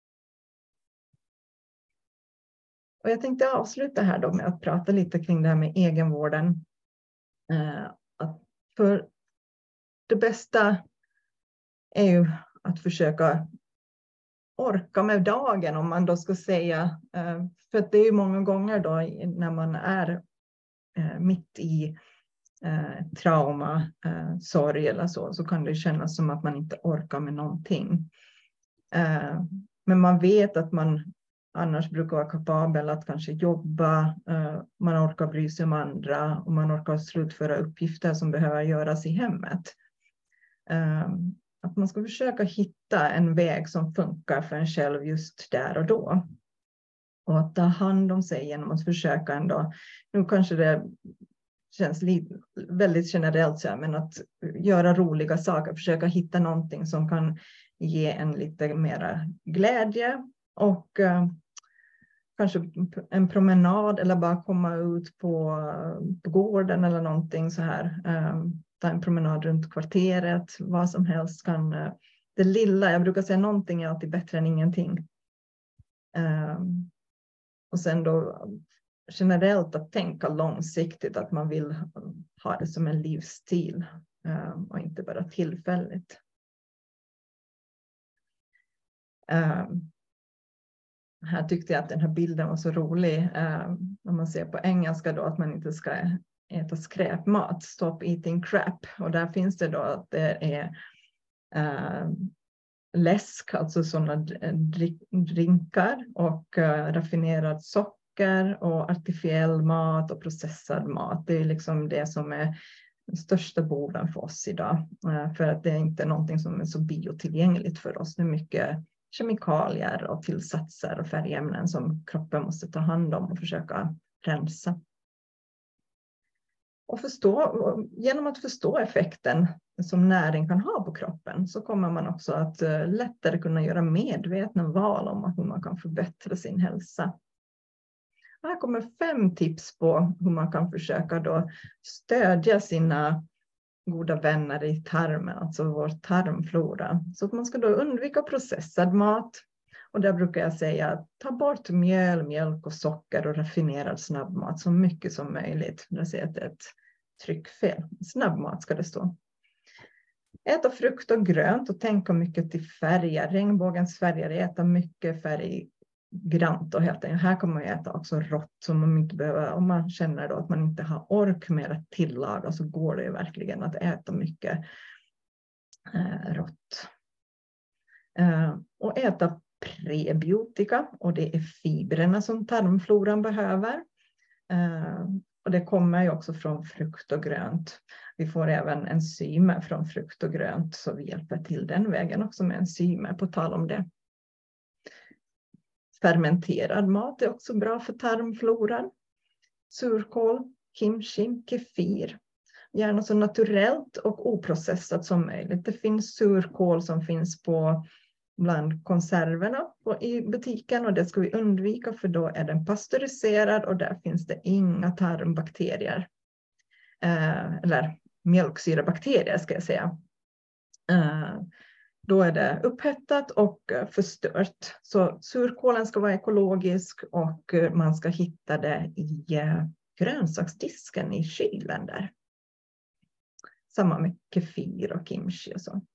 Och jag tänkte avsluta här då med att prata lite kring det här med egenvården. Uh, att för det bästa är ju att försöka orka med dagen, om man då ska säga. Uh, för att det är ju många gånger då när man är uh, mitt i uh, trauma, uh, sorg eller så, så kan det kännas som att man inte orkar med någonting. Uh, men man vet att man annars brukar vara kapabel att kanske jobba, uh, man orkar bry sig om andra och man orkar slutföra uppgifter som behöver göras i hemmet. Uh, att man ska försöka hitta en väg som funkar för en själv just där och då. Och att ta hand om sig genom att försöka ändå, nu kanske det känns lite, väldigt generellt så här, men att göra roliga saker, försöka hitta någonting som kan ge en lite mera glädje och uh, kanske en promenad eller bara komma ut på, på gården eller någonting så här. Um, ta en promenad runt kvarteret, vad som helst kan. Uh, det lilla, jag brukar säga någonting är alltid bättre än ingenting. Um, och sen då generellt att tänka långsiktigt, att man vill ha det som en livsstil um, och inte bara tillfälligt. Um, Här tyckte jag att den här bilden var så rolig. Eh, när man ser på engelska då att man inte ska äta skräpmat. Stop eating crap. Och där finns det då att det är eh, läsk, alltså sådana drinkar och eh, raffinerad socker och artificiell mat och processad mat. Det är liksom det som är den största boven för oss idag. Eh, för att det är inte någonting som är så biotillgängligt för oss. Det är mycket kemikalier och tillsatser och färgämnen som kroppen måste ta hand om och försöka rensa. Och förstå, genom att förstå effekten som näring kan ha på kroppen så kommer man också att lättare kunna göra medvetna val om hur man kan förbättra sin hälsa. Här kommer fem tips på hur man kan försöka då stödja sina goda vänner i tarmen, alltså vår tarmflora. Så att man ska då undvika processad mat. Och där brukar jag säga, ta bort mjöl, mjölk och socker och raffinerad snabbmat så mycket som möjligt. Jag ser att det är ett tryckfel. Snabbmat ska det stå. Äta frukt och grönt och tänka mycket till färger. Regnbågens färger, äta mycket färggrant och helt enkelt. Här kommer man äta också rått som man inte behöver. Om man känner då att man inte har ork med att tillaga så går det ju verkligen att äta mycket eh, rått. Eh, och äta prebiotika och det är fibrerna som tarmfloran behöver. Eh, Och det kommer ju också från frukt och grönt. Vi får även enzymer från frukt och grönt, så vi hjälper till den vägen också med enzymer, på tal om det. Fermenterad mat är också bra för tarmfloran. Surkål, kimchi, kefir. Gärna så naturellt och oprocessat som möjligt. Det finns surkål som finns på bland konserverna i butiken, och det ska vi undvika, för då är den pasteuriserad och där finns det inga tarmbakterier. Eh, eller mjölksyrabakterier ska jag säga. Eh, då är det upphettat och förstört. Så surkålen ska vara ekologisk och man ska hitta det i grönsaksdisken i kylen där. Samma med kefir och kimchi och så.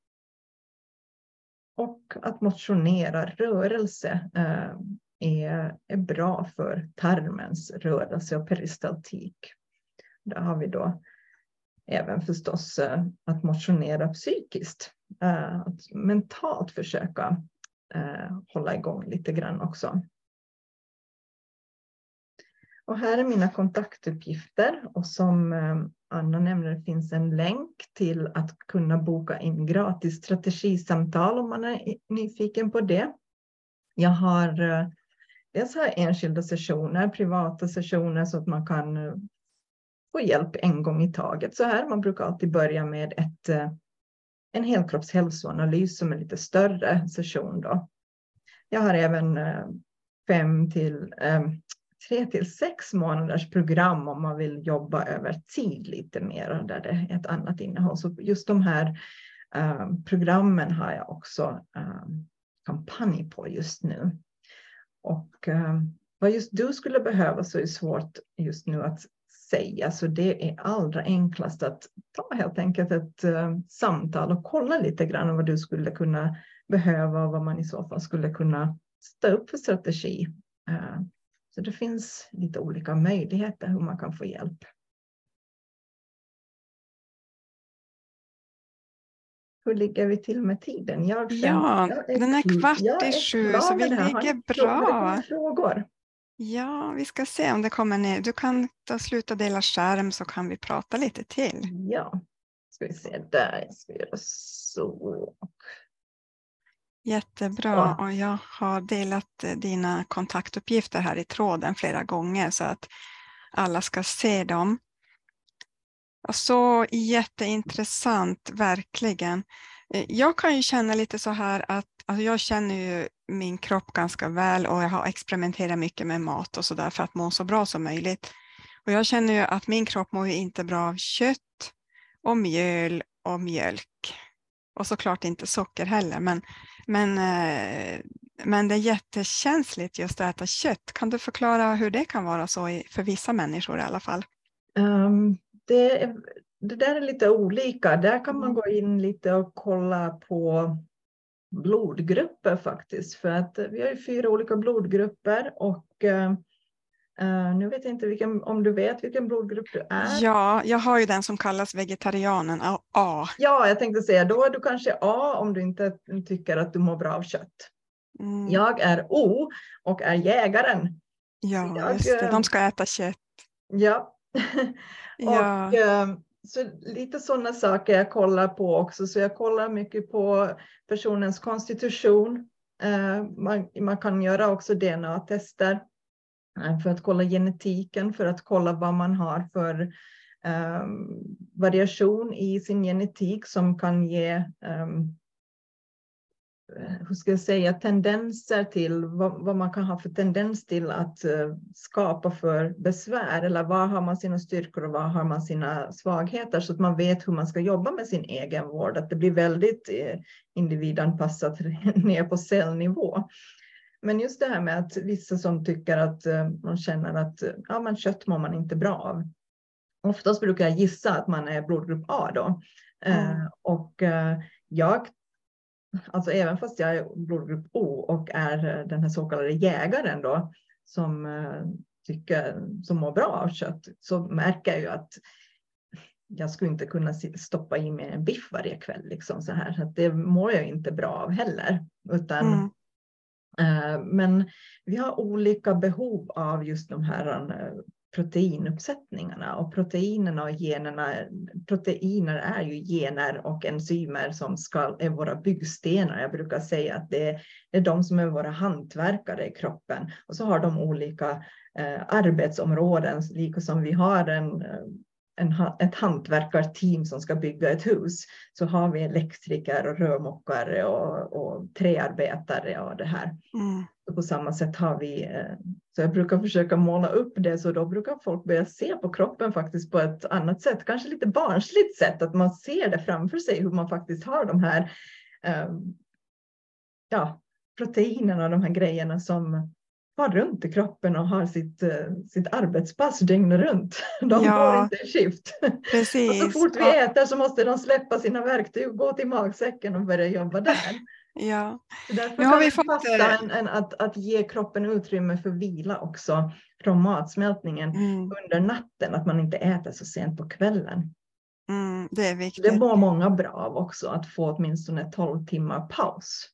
Och att motionera, rörelse eh, är, är bra för tarmens rörelse och peristaltik. Där har vi då även förstås eh, att motionera psykiskt. Eh, att mentalt försöka eh, hålla igång lite grann också. Och här är mina kontaktuppgifter, och som eh, Anna nämner, det finns en länk till att kunna boka in gratis strategisamtal om man är nyfiken på det. Jag har eh, dels har jag enskilda sessioner, privata sessioner, så att man kan eh, få hjälp en gång i taget. Så här, man brukar alltid börja med ett, eh, en helkroppshälsoanalys som är lite större session då. Jag har även eh, fem till... Eh, tre till sex månaders program om man vill jobba över tid lite mer, där det är ett annat innehåll. Så just de här uh, programmen har jag också uh, kampanj på just nu. Och uh, vad just du skulle behöva så är svårt just nu att säga. Så det är allra enklast att ta helt enkelt ett uh, samtal och kolla lite grann vad du skulle kunna behöva och vad man i så fall skulle kunna sätta upp för strategi. Uh, Så det finns lite olika möjligheter hur man kan få hjälp. Hur ligger vi till med tiden? Jag själv, Ja, jag är, den är kvart jag i är sju, så vi ligger bra. Frågor? Ja, vi ska se om det kommer ner. Du kan ta sluta dela skärm så kan vi prata lite till. Ja, ska vi se där. Jag ska göra så. Jättebra, och jag har delat dina kontaktuppgifter här i tråden flera gånger så att alla ska se dem. Och så jätteintressant, verkligen. Jag kan ju känna lite så här att alltså jag känner ju min kropp ganska väl, och jag har experimenterat mycket med mat och så där för att må så bra som möjligt. Och jag känner ju att min kropp mår ju inte bra av kött och mjöl och mjölk. Och såklart inte socker heller, men, men, men det är jättekänsligt just att äta kött. Kan du förklara hur det kan vara så för vissa människor i alla fall? Um, det, är, det där är lite olika. Där kan man gå in lite och kolla på blodgrupper faktiskt. För att vi har ju fyra olika blodgrupper, och uh, uh, nu vet jag inte vilken, om du vet vilken blodgrupp du är. Ja, jag har ju den som kallas vegetarianen, A. Ja, jag tänkte säga, då är du kanske A om du inte tycker att du mår bra av kött. Mm. Jag är O och är jägaren. Ja, jag, just det. De ska äta kött. Ja. Ja. Och så lite sådana saker jag kollar på också. Så jag kollar mycket på personens konstitution. Man, man kan göra också D N A-tester för att kolla genetiken, för att kolla vad man har för Um, variation i sin genetik som kan ge um, hur ska jag säga, tendenser till vad, vad man kan ha för tendens till att uh, skapa för besvär, eller var har man sina styrkor och var har man sina svagheter, så att man vet hur man ska jobba med sin egen vård, att det blir väldigt uh, individanpassat ner på cellnivå. Men just det här med att vissa som tycker att uh, man känner att uh, ja, men kött mår man inte bra av. Oftast brukar jag gissa att man är blodgrupp A då. Mm. Eh, och eh, jag, alltså även fast jag är blodgrupp O och är den här så kallade jägaren då, som eh, tycker, som mår bra av kött, så märker jag ju att jag skulle inte kunna stoppa i mig en biff varje kväll liksom så här. Så att det mår jag inte bra av heller. Utan, mm. eh, men vi har olika behov av just de här proteinuppsättningarna, och proteinerna och generna, proteiner är ju gener och enzymer som ska, är våra byggstenar. Jag brukar säga att det är, det är de som är våra hantverkare i kroppen, och så har de olika eh, arbetsområden, lika som vi har en En, ett hantverkarteam som ska bygga ett hus, så har vi elektriker och rörmokare och, och träarbetare och det här. Mm. Och på samma sätt har vi, så jag brukar försöka måla upp det, så då brukar folk börja se på kroppen faktiskt på ett annat sätt, kanske lite barnsligt sätt, att man ser det framför sig, hur man faktiskt har de här um, ja, proteinerna, de här grejerna som har runt i kroppen och har sitt, sitt arbetspass dygnet runt. De Ja, har inte en skift. precis. Och så fort vi ja. äter så måste de släppa sina verktyg och gå till magsäcken och börja jobba där. Ja. Så därför Nu har kan vi det fått passa en, en, att, att ge kroppen utrymme för vila också från matsmältningen mm. under natten. Att man inte äter så sent på kvällen. Mm, det är viktigt. Det mår många bra av också, att få åtminstone tolv timmar paus.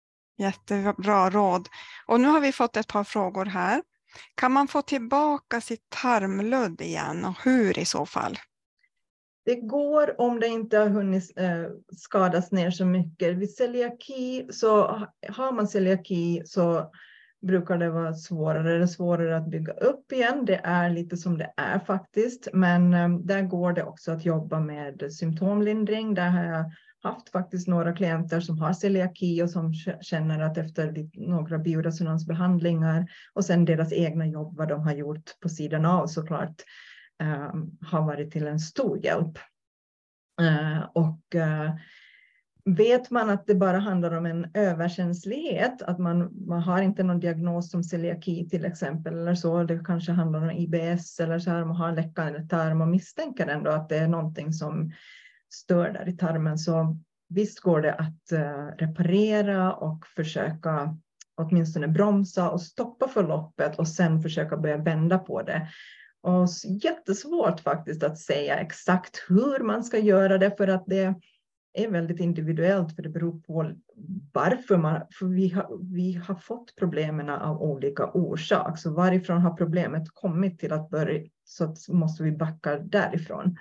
Jättebra råd. Och nu har vi fått ett par frågor här. Kan man få tillbaka sitt tarmludd igen, och hur i så fall? Det går om det inte har hunnit eh, skadas ner så mycket. Vid celiaki, så har man celiaki så brukar det vara svårare. Det är svårare att bygga upp igen. Det är lite som det är faktiskt. Men eh, där går det också att jobba med symptomlindring. Där har jag haft faktiskt några klienter som har celiaki och som känner att efter några bioresonansbehandlingar och sen deras egna jobb, vad de har gjort på sidan av såklart, um, har varit till en stor hjälp. Uh, och uh, vet man att det bara handlar om en överkänslighet, att man, man har inte någon diagnos som celiaki till exempel eller så, det kanske handlar om I B S eller så här, man har läckande tarm och misstänker ändå att det är någonting som stör där i tarmen, så visst går det att uh, reparera och försöka åtminstone bromsa och stoppa förloppet och sen försöka börja vända på det. Och jättesvårt faktiskt att säga exakt hur man ska göra det, för att det är väldigt individuellt, för det beror på varför man, för vi har, vi har fått problemen av olika orsaker, så varifrån har problemet kommit till att börja, så att måste vi backa därifrån.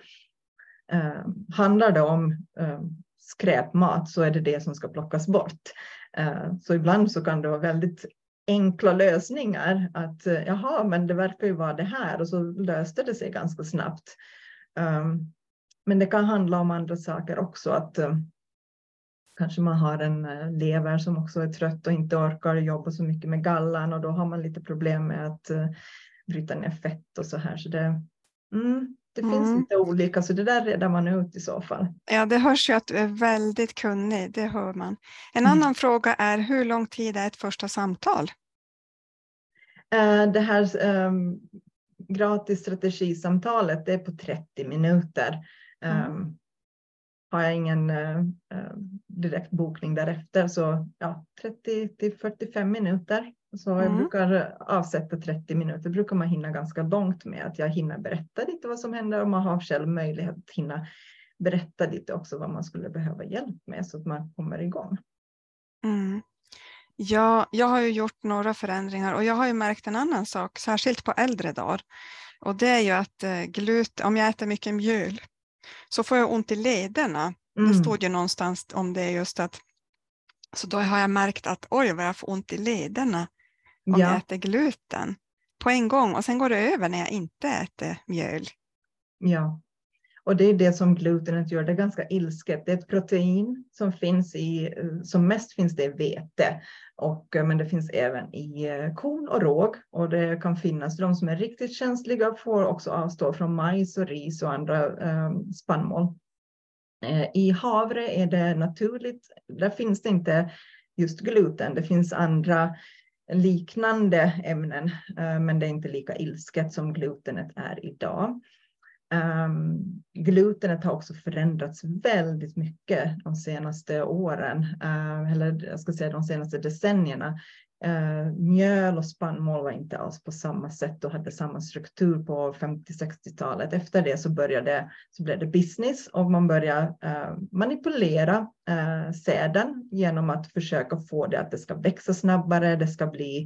Uh, handlar det om uh, skräpmat så är det det som ska plockas bort. Uh, så ibland så kan det vara väldigt enkla lösningar, att uh, jaha, men det verkar ju vara det här, och så löste det sig ganska snabbt. Um, men det kan handla om andra saker också, att uh, kanske man har en uh, lever som också är trött och inte orkar jobba så mycket med gallan, och då har man lite problem med att uh, bryta ner fett och så här, så det mm, Det finns mm. lite olika, så det där redar man ut i så fall. Ja, det hörs ju att du är väldigt kunnig, det hör man. En mm. annan fråga är, hur lång tid är ett första samtal? Uh, det här um, gratis strategisamtalet, det är på trettio minuter. Um, mm. Har jag ingen uh, uh, direkt bokning därefter, så ja, trettio till fyrtiofem minuter. Så jag mm. brukar avsätta trettio minuter, brukar man hinna ganska långt med, att jag hinner berätta lite vad som händer, och man har själv möjlighet att hinna berätta lite också vad man skulle behöva hjälp med, så att man kommer igång. Mm. Ja, jag har ju gjort några förändringar, och jag har ju märkt en annan sak, särskilt på äldre dagar. Och det är ju att eh, gluten, om jag äter mycket mjöl så får jag ont i lederna. Mm. Det stod ju någonstans om det, just att, så då har jag märkt att oj, vad jag får ont i lederna om ja. jag äter gluten på en gång, och sen går det över när jag inte äter mjöl. Ja, och det är det som glutenet gör, det är ganska ilsket. Det är ett protein som finns i, som mest finns det i vete, och, men det finns även i korn och råg, och det kan finnas, de som är riktigt känsliga får också avstå från majs och ris och andra eh, spannmål. Eh, I havre är det naturligt, där finns det inte just gluten, det finns andra liknande ämnen, eh, men det är inte lika ilsket som glutenet är idag. Um, glutenet har också förändrats väldigt mycket de senaste åren, uh, eller jag ska säga de senaste decennierna. Uh, mjöl och spannmål var inte alls på samma sätt och hade samma struktur på femtio-sextiotalet. Efter det så började så blev det business, och man började uh, manipulera uh, säden genom att försöka få det att det ska växa snabbare, det ska bli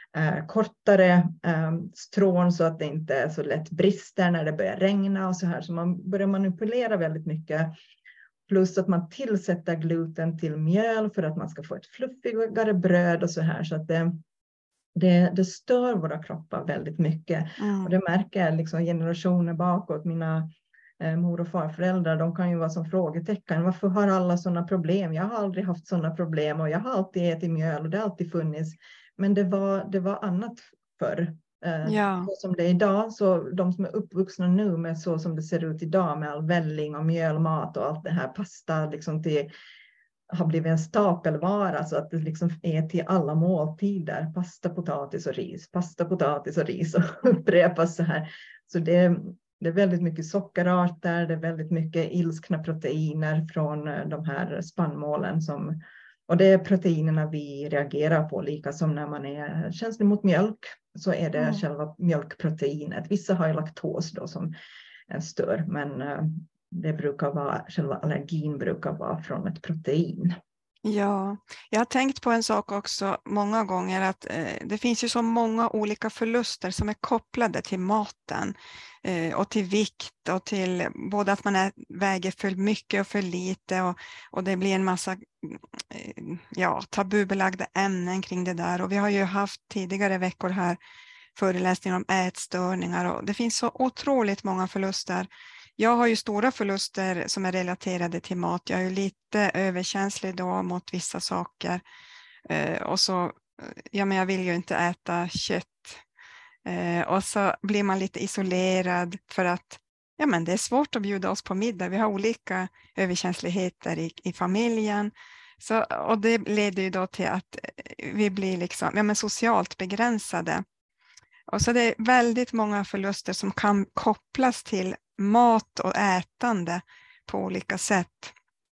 eh, kortare eh, strån så att det inte är så lätt brister när det börjar regna och så här. Så man börjar manipulera väldigt mycket. Plus att man tillsätter gluten till mjöl för att man ska få ett fluffigare bröd och så här. Så att det, det, det stör våra kroppar väldigt mycket. Mm. Och det märker jag liksom generationer bakåt. Mina eh, mor- och farföräldrar, de kan ju vara som frågetecken. Varför har alla sådana problem? Jag har aldrig haft sådana problem och jag har alltid ätit mjöl och det har alltid funnits. Men det var, det var annat förr. Eh, Ja. så som det är idag, så de som är uppvuxna nu med så som det ser ut idag med all välling och mjölmat och allt det här pasta liksom till, har blivit en stapelvara så att det liksom är till alla måltider. Pasta, potatis och ris, pasta, potatis och ris och upprepas så här. Så det, det är väldigt mycket sockerarter, det är väldigt mycket ilskna proteiner från de här spannmålen som, och det är proteinerna vi reagerar på, lika som när man är känslig mot mjölk så är det Mm. själva mjölkproteinet. Vissa har ju laktos då som stör, men det brukar vara, själva allergin brukar vara från ett protein. Ja, jag har tänkt på en sak också många gånger att eh, det finns ju så många olika förluster som är kopplade till maten eh, och till vikt och till både att man är, väger för mycket och för lite och, och det blir en massa eh, ja, tabubelagda ämnen kring det där. Och vi har ju haft tidigare veckor här föreläsningar om ätstörningar och det finns så otroligt många förluster. Jag har ju stora förluster som är relaterade till mat. Jag är ju lite överkänslig då mot vissa saker. Eh, och så, ja men jag vill ju inte äta kött. Eh, och så blir man lite isolerad för att ja men det är svårt att bjuda oss på middag. Vi har olika överkänsligheter i, i familjen. Så, och det leder ju då till att vi blir liksom, ja men socialt begränsade. Och så det är väldigt många förluster som kan kopplas till mat och ätande på olika sätt.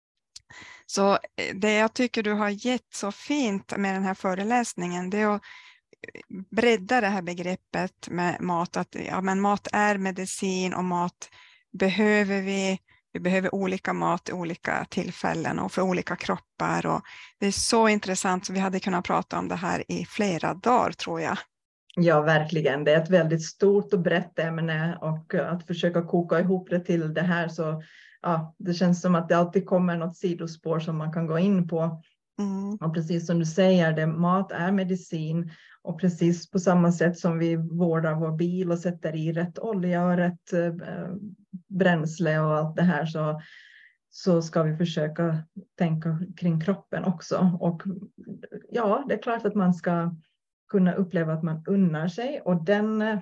Så det jag tycker du har gett så fint med den här föreläsningen, det är att bredda det här begreppet med mat. Att ja, men mat är medicin och mat behöver vi. Vi behöver olika mat i olika tillfällen och för olika kroppar. Och det är så intressant så vi hade kunnat prata om det här i flera dagar tror jag. Ja, verkligen. Det är ett väldigt stort och brett ämne och att försöka koka ihop det till det här så ja, det känns som att det alltid kommer något sidospår som man kan gå in på. Mm. Och precis som du säger, det, mat är medicin och precis på samma sätt som vi vårdar vår bil och sätter i rätt olja och rätt eh, bränsle och allt det här så, så ska vi försöka tänka kring kroppen också. Och ja, det är klart att man ska kunna uppleva att man unnar sig och den, eh,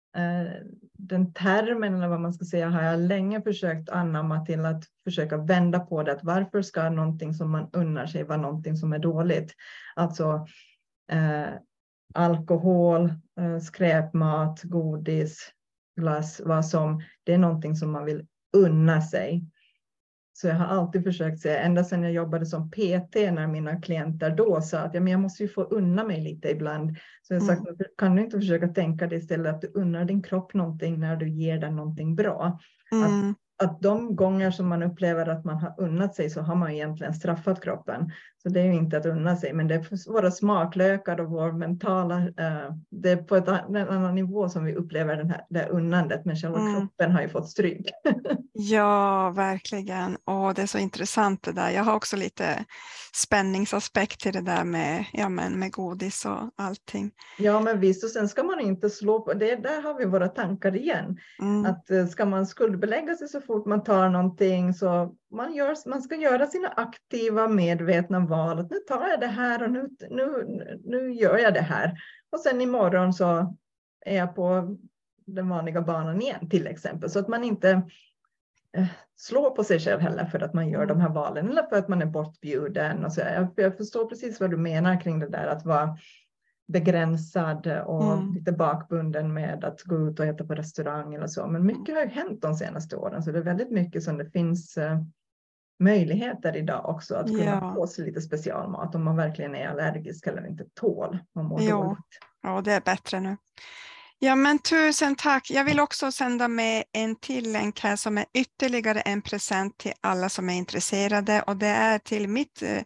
den termen eller vad man ska säga har jag länge försökt anamma till att försöka vända på det. Att varför ska någonting som man unnar sig vara någonting som är dåligt? Alltså eh, alkohol, eh, skräpmat, godis, glass, vad som, det är någonting som man vill unna sig. Så jag har alltid försökt säga, ända sedan jag jobbade som P T när mina klienter då sa att ja, men jag måste ju få unna mig lite ibland. Så jag har sagt, mm. kan du inte försöka tänka dig istället att du unnar din kropp någonting när du ger den någonting bra. Mm. Att, att de gånger som man upplever att man har unnat sig så har man egentligen straffat kroppen. Så det är ju inte att unna sig, men det är våra smaklökar och vår mentala, eh, det är på ett, en annan nivå som vi upplever den här, det här unnandet, men själva mm. kroppen har ju fått stryk. Ja, verkligen. Och det är så intressant det där. Jag har också lite spänningsaspekt till det där med, ja, men med godis och allting. Ja, men visst. Och sen ska man inte slå på det. Där har vi våra tankar igen. Mm. Att ska man skuldbelägga sig så fort man tar någonting så man, gör, man ska göra sina aktiva medvetna val. Att nu tar jag det här och nu, nu, nu gör jag det här. Och sen imorgon så är jag på den vanliga banan igen till exempel. Så att man inte slå på sig själv heller för att man gör de här valen eller för att man är bortbjuden. Och så. Jag, jag förstår precis vad du menar kring det där att vara begränsad och mm. lite bakbunden med att gå ut och äta på restaurang eller så. Men mycket har ju hänt de senaste åren så det är väldigt mycket som det finns uh, möjligheter idag också att kunna ja. få sig lite specialmat om man verkligen är allergisk eller inte tål. Man mår jo. dåligt. Ja, det är bättre nu. Ja, men tusen tack. Jag vill också sända med en till länk här som är ytterligare en present till alla som är intresserade och det är till mitt eh,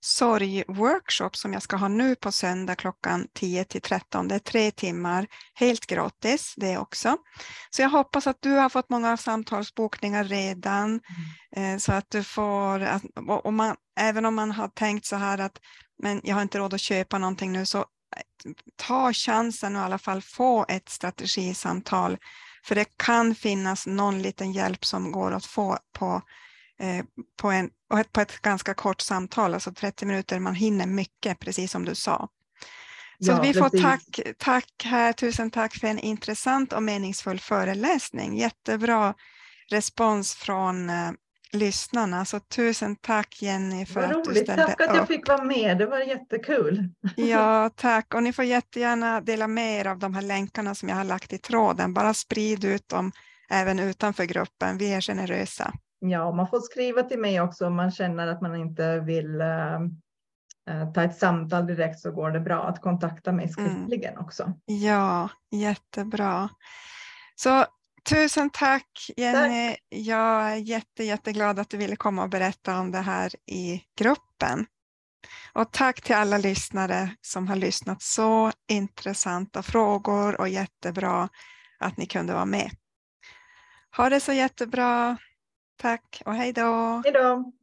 sorgworkshop som jag ska ha nu på söndag klockan tio till tretton. Det är tre timmar, helt gratis det också. Så jag hoppas att du har fått många samtalsbokningar redan. Mm. Så att du får, att, och man, även om man har tänkt så här att men jag har inte råd att köpa någonting nu, så ta chansen och i alla fall få ett strategisamtal. För det kan finnas någon liten hjälp som går att få på, eh, på, en, på ett ganska kort samtal, alltså trettio minuter, man hinner mycket, precis som du sa. Så Ja, vi får precis. tack, tack här, tusen tack för en intressant och meningsfull föreläsning. Jättebra respons från eh, lyssnarna, så tusen tack Jenny för Vad att du roligt. ställde Tack att jag upp. fick vara med, det var jättekul. Ja, tack. Och ni får jättegärna dela med er av de här länkarna som jag har lagt i tråden. Bara sprid ut dem även utanför gruppen. Vi är generösa. Ja, man får skriva till mig också om man känner att man inte vill äh, ta ett samtal direkt, så går det bra att kontakta mig skriftligen mm. också. Ja, jättebra. Så tusen tack Jenny. Tack. Jag är jätte, jätteglad att du ville komma och berätta om det här i gruppen. Och tack till alla lyssnare som har lyssnat. Så intressanta frågor och jättebra att ni kunde vara med. Ha det så jättebra. Tack och hej då. Hej då.